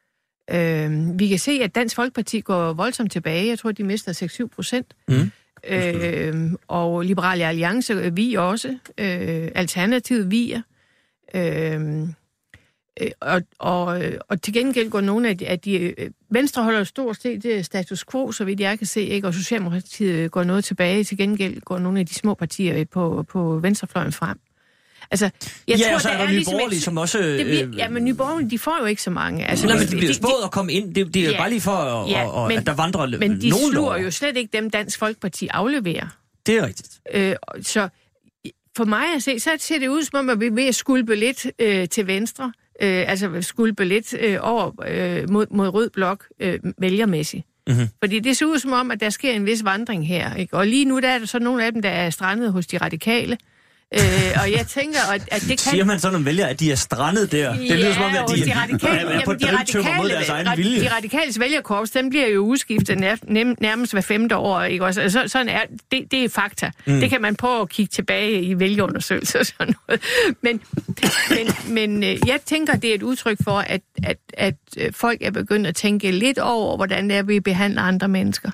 Øh, vi kan se, at Dansk Folkeparti går voldsomt tilbage. Jeg tror, de mister seks til syv procent. Mm. Øh, og Liberale Alliance vi også. Øh, Alternativet viger. Øh, og, og, og til gengæld går nogle af de... Af de Venstre holder stort set status quo, så vidt jeg kan se, ikke? Og Socialdemokratiet går noget tilbage. Til gengæld går nogle af de små partier på, på venstrefløjen frem. Altså, jeg ja, tror, og så er der, der Nye ligesom Borgerlige, et, som også... Det bliver, ja, men Nye Borgerlige, de får jo ikke så mange. Altså, nej, men det bliver de, spået at komme ind. Det, det er jo ja, bare lige for, at, ja, og, men, at der vandrer nogen Men de sluger over. jo slet ikke dem, Dansk Folkeparti afleverer. Det er rigtigt. Øh, så for mig at se, så ser det ud som om, at vi er ved at skulpe lidt øh, til venstre. Øh, altså skulpe lidt øh, over øh, mod, mod rød blok øh, vælgermæssigt. Mm-hmm. Fordi det ser ud som om, at der sker en vis vandring her. Ikke? Og lige nu der er der så nogle af dem, der er strandet hos de radikale. Øh, og jeg tænker, at, at det kan... Siger man sådan nogle vælgere, at de er strandet der? Det ja, lyder som om, at de, de radikale, er på drivtømmer mod deres egen vilje. De radikales vælgerkorps, dem bliver jo udskiftet nær, nærmest hver femte år. Ikke? Også, så, sådan er, det, det er fakta. Mm. Det kan man prøve at kigge tilbage i vælgerundersøgelser og sådan noget. Men, men, men jeg tænker, det er et udtryk for, at, at, at folk er begyndt at tænke lidt over, hvordan det er, vi behandler andre mennesker.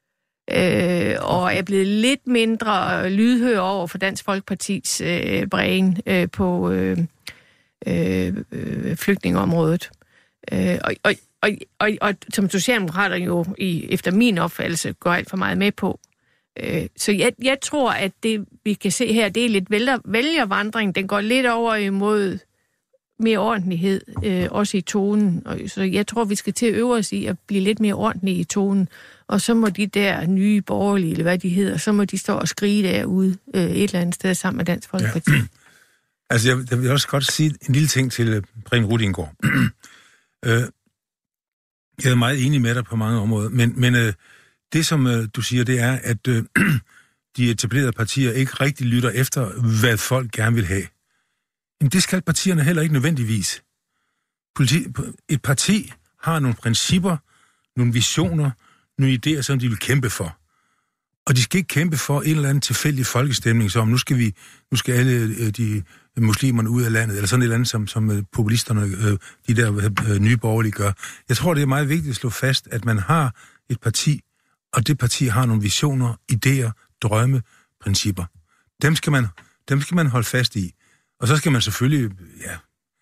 Øh, og er blevet lidt mindre lydhør over for Dansk Folkepartis øh, bræen øh, på øh, øh, flygtningeområdet. Øh, og, og, og, og, og som socialdemokrater jo i, efter min opfattelse går alt for meget med på. Øh, så jeg, jeg tror, at det vi kan se her, det er lidt vælger, vælgervandring. Den går lidt over imod mere ordentlighed, øh, også i tonen. Og, så jeg tror, vi skal til at øve os i at blive lidt mere ordentlige i tonen. Og så må de der nye borgerlige, eller hvad de hedder, så må de stå og skrige derude øh, et eller andet sted sammen med Dansk Folkeparti. Ja. Altså, jeg, jeg vil også godt sige en lille ting til uh, Preben Rudiengaard. uh, jeg er meget enig med dig på mange områder, men, men uh, det, som uh, du siger, det er, at uh, de etablerede partier ikke rigtig lytter efter, hvad folk gerne vil have. Men det skal partierne heller ikke nødvendigvis. Politi- et parti har nogle principper, nogle visioner, nogle idéer, som de vil kæmpe for. Og de skal ikke kæmpe for en eller anden tilfældig folkestemning, som nu skal vi, nu skal alle de muslimerne ud af landet, eller sådan et eller andet, som, som populisterne, de der nye borgerlige gør. Jeg tror, det er meget vigtigt at slå fast, at man har et parti, og det parti har nogle visioner, idéer, drømme, principper. Dem skal man, dem skal man holde fast i. Og så skal man selvfølgelig, ja,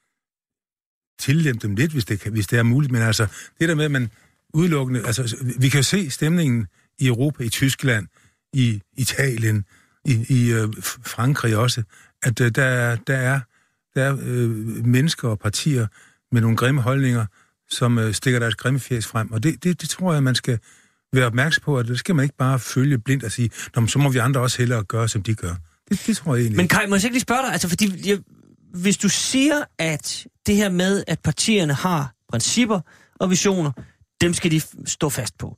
tillempe dem lidt, hvis det, kan, hvis det er muligt. Men altså, det der med, at man udelukkende... Altså, vi kan jo se stemningen i Europa, i Tyskland, i Italien, i, i øh, Frankrig også, at øh, der er, der er, der er øh, mennesker og partier med nogle grimme holdninger, som øh, stikker deres grimme fjes frem. Og det, det, det tror jeg, man skal være opmærksom på, at det skal man ikke bare følge blindt og sige, nå, så må vi andre også hellere gøre, som de gør. Det, det tror jeg egentlig. Men Kai, må jeg ikke lige spørge dig, altså fordi jeg, hvis du siger, at det her med, at partierne har principper og visioner, dem skal de stå fast på.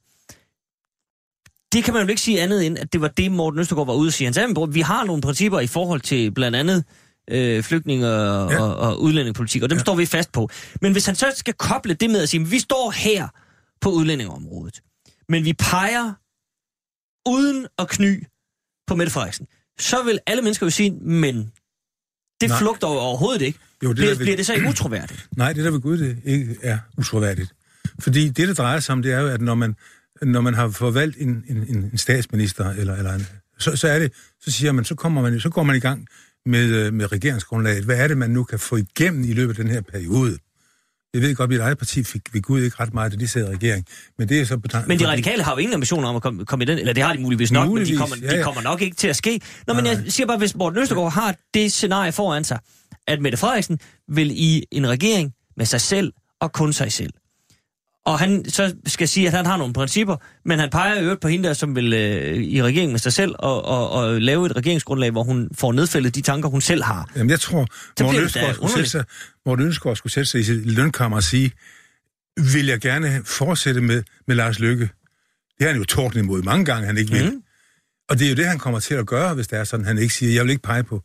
Det kan man jo ikke sige andet end, at det var det, Morten Østergaard var ude og sige. Han sagde, at vi har nogle principper i forhold til blandt andet øh, flygtninge og, ja. og, og udlændingepolitik, og dem ja. står vi fast på. Men hvis han så skal koble det med at sige, at vi står her på udlændingeområdet, men vi peger uden at kny på Mette Frederiksen, så vil alle mennesker jo sige, men det Nej. flugter overhovedet ikke. Jo, det bliver, ved... bliver det så ikke utroværdigt? Nej, det der ved Gud, det ikke er utroværdigt. Fordi det, der drejer sig om, det er jo, at når man, når man har forvalgt en, en, en statsminister, eller, eller en, så, så er det, så siger man, så kommer man, så går man i gang med, med regeringsgrundlaget. Hvad er det, man nu kan få igennem i løbet af den her periode? Jeg ved godt, at mit eget parti fik ved Gud ikke ret meget, da de sad i regering. Men det er så betegnet. Men de radikale har jo ingen ambitioner om at komme, komme i den, eller det har de muligvis nok, muligvis, men de kommer, ja, ja. de kommer nok ikke til at ske. Nå, men jeg siger bare, hvis Morten Østergaard har det scenarie foran sig, at Mette Frederiksen vil i en regering med sig selv og kun sig selv. Og han så skal sige, at han har nogle principper, men han peger i øvrigt på hende der, som vil øh, i regering med sig selv og, og, og lave et regeringsgrundlag, hvor hun får nedfældet de tanker, hun selv har. Jamen jeg tror, Morten Østergaard skulle, sætte sig, Morten Østergaard skulle sætte sig i sit lønkammer og sige, vil jeg gerne fortsætte med, med Lars Løkke? Det har han jo tordnet imod mange gange, han ikke vil. Mm. Og det er jo det, han kommer til at gøre, hvis det er sådan, han ikke siger, jeg vil ikke pege på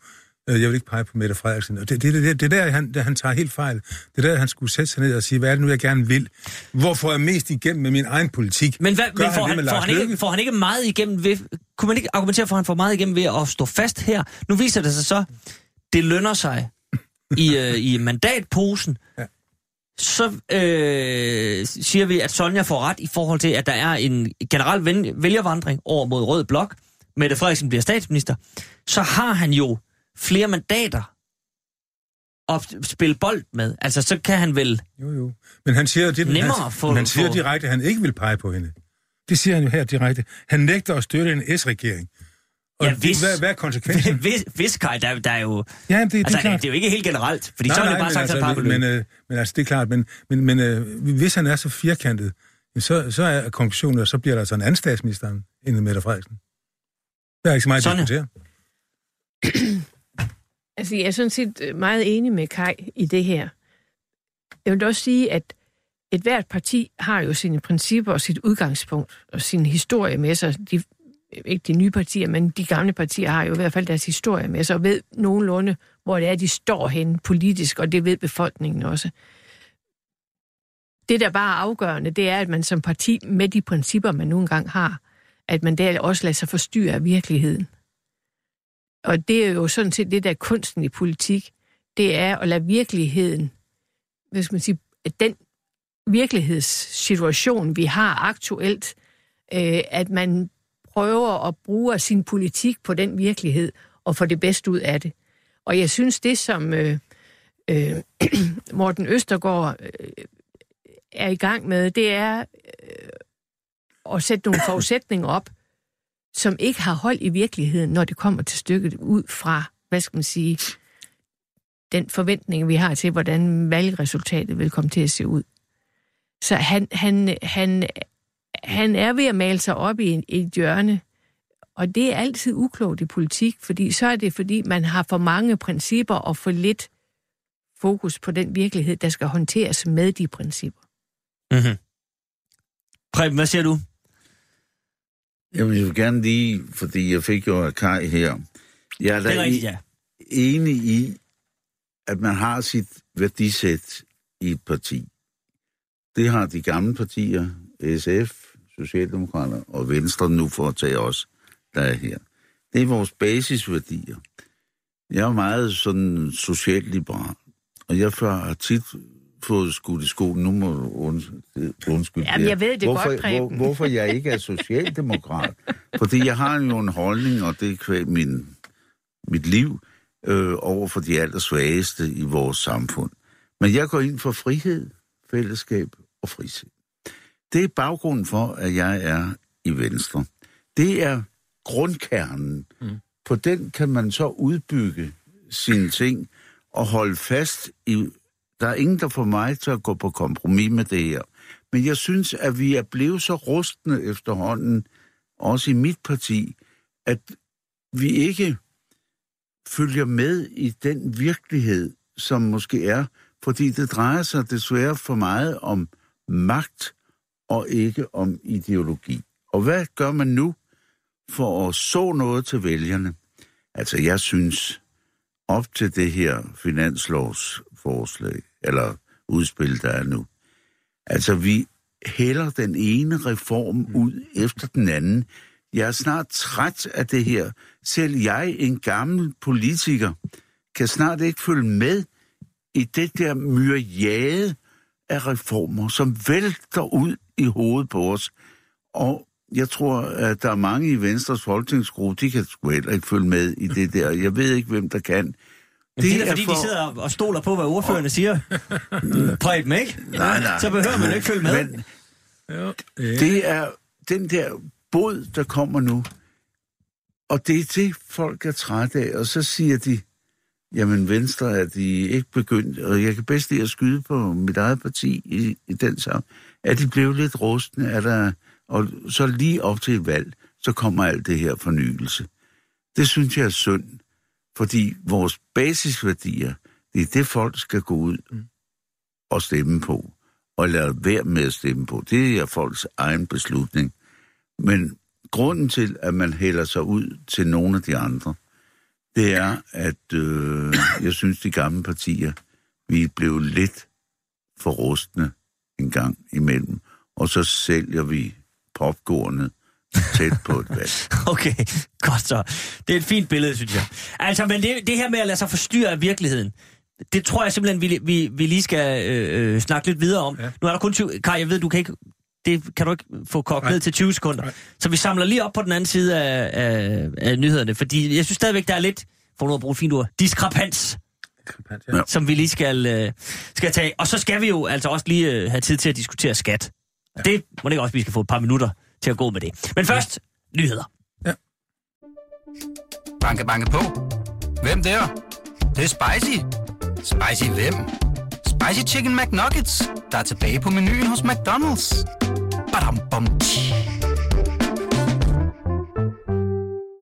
Øh, jeg vil ikke pege på Mette Frederiksen. Og det, det, det, det der, han, det, han tager helt fejl. Det der, han skulle sætte sig ned og sige, hvad er det nu, jeg gerne vil? Hvor får jeg mest igennem med min egen politik? Men, hvad, men får, han, han, får, han ikke, får han ikke meget igennem ved... Kunne man ikke argumentere for, at han får meget igennem ved at stå fast her? Nu viser det sig så, det lønner sig i, øh, i mandatposen. Ja. Så øh, siger vi, at Sonja får ret i forhold til, at der er en generel vælgervandring over mod Rød Blok. Mette Frederiksen bliver statsminister. Så har han jo flere mandater at spille bold med. Altså, så kan han vel... Jo, jo. Men han siger, det, nemmere han, få, han siger få... direkte, at han ikke vil pege på hende. Det siger han jo her direkte. Han nægter at støtte en S-regering. Og ja, hvis, hvad, hvad er konsekvensen? Hvis, hvis Kai, der, der er jo... Ja, det, det, altså, er klart. det er jo ikke helt generelt, fordi nej, så er det nej, bare sagt, altså, at par men, øh, men altså, det er klart, men, men, men øh, hvis han er så firkantet, så, så er konklusionen, og så bliver der altså en anden statsminister end Mette Frederiksen. Der er ikke så meget at diskutere. Altså, jeg er sådan set meget enig med Kai i det her. Jeg vil også sige, at et hvert parti har jo sine principper og sit udgangspunkt og sin historie med sig. De, ikke de nye partier, men de gamle partier har jo i hvert fald deres historie med sig og ved nogenlunde, hvor det er, de står henne politisk, og det ved befolkningen også. Det, der bare er afgørende, det er, at man som parti med de principper, man nu engang har, at man der også lader sig forstyrre af virkeligheden. Og det er jo sådan set det, der er kunsten i politik. Det er at lade virkeligheden, hvad skal man sige, den virkelighedssituation, vi har aktuelt, øh, at man prøver at bruge sin politik på den virkelighed og få det bedste ud af det. Og jeg synes, det som øh, øh, Morten Østergaard øh, er i gang med, det er øh, at sætte nogle forudsætninger op, som ikke har hold i virkeligheden, når det kommer til stykket ud fra, hvad skal man sige, den forventning, vi har til, hvordan valgresultatet vil komme til at se ud. Så han, han, han, han er ved at male sig op i, en, i et hjørne, og det er altid uklogt i politik, fordi så er det, fordi man har for mange principper og for lidt fokus på den virkelighed, der skal håndteres med de principper. Mm-hmm. Preben, hvad siger du? Jeg vil gerne lige, fordi jeg fik jo af Kai her. Jeg er da er rigtigt, ja. enig i, at man har sit værdisæt i et parti. Det har de gamle partier, S F, Socialdemokrater og Venstre nu for at tage os, der er her. Det er vores basisværdier. Jeg er meget sådan socialliberal, og jeg har tit fået skudt i skolen. Nu må du undskylde. Jamen, jeg ved det hvorfor, godt, Preben. hvor, hvorfor jeg ikke er socialdemokrat. Fordi jeg har jo en holdning, og det er kvæg min, mit liv, øh, over for de allersvageste i vores samfund. Men jeg går ind for frihed, fællesskab og frisind. Det er baggrunden for, at jeg er i Venstre. Det er grundkernen. Mm. På den kan man så udbygge sine ting og holde fast i... Der er ingen, der får mig til at gå på kompromis med det her. Men jeg synes, at vi er blevet så rustne efterhånden, også i mit parti, at vi ikke følger med i den virkelighed, som måske er, fordi det drejer sig desværre for meget om magt og ikke om ideologi. Og hvad gør man nu for at så noget til vælgerne? Altså, jeg synes, op til det her finanslovsforslag, eller udspil, der er nu, altså, vi hælder den ene reform ud efter den anden. Jeg er snart træt af det her. Selv jeg, en gammel politiker, kan snart ikke følge med i det der myriade af reformer, som vælter ud i hovedet på os. Og jeg tror, at der er mange i Venstres folketingsgruppe, de kan sgu heller ikke følge med i det der. Jeg ved ikke, hvem der kan. Det, det er, er fordi, for... de sidder og stoler på, hvad ordførerne oh. siger. Preben, ikke? Nej, nej. Så behøver man ikke følge med. Men, det er den der båd, der kommer nu. Og det er det, folk er trætte af. Og så siger de, jamen Venstre er de ikke begyndt, og jeg kan bedst lide at skyde på mit eget parti i, i den sammen. Er de blevet lidt rustne, er der, og så lige op til et valg, så kommer alt det her fornyelse. Det synes jeg er synd, fordi vores basisværdier, det er det, folk skal gå ud og stemme på, og lade være med at stemme på. Det er folks egen beslutning. Men grunden til, at man hælder sig ud til nogle af de andre, det er, at øh, jeg synes, de gamle partier, vi blev lidt for rustne en gang imellem, og så sælger vi popcornet tæt på et valg. Okay, godt så. Det er et fint billede, synes jeg. Altså, men det, det her med at lade sig forstyrre af virkeligheden, det tror jeg simpelthen, vi, vi, vi lige skal øh, øh, snakke lidt videre om. Ja. Nu er der kun tyve... Kaj, jeg ved, du kan ikke... Det kan du ikke få kogt ned til tyve sekunder. Nej. Så vi samler lige op på den anden side af, af, af nyhederne, fordi jeg synes stadigvæk, der er lidt, for nu at bruge et fint ord, diskrepans, ja. Som vi lige skal, øh, skal tage. Og så skal vi jo altså også lige øh, have tid til at diskutere skat. Ja. Det må det ikke også, vi skal få et par minutter til at gå med det. Men først, ja. Nyheder. Ja. Banke, banke på. Hvem der? Det, det er spicy. Spicy hvem? Spicy Chicken McNuggets, der er tilbage på menuen hos McDonald's. Badum, bom, tji.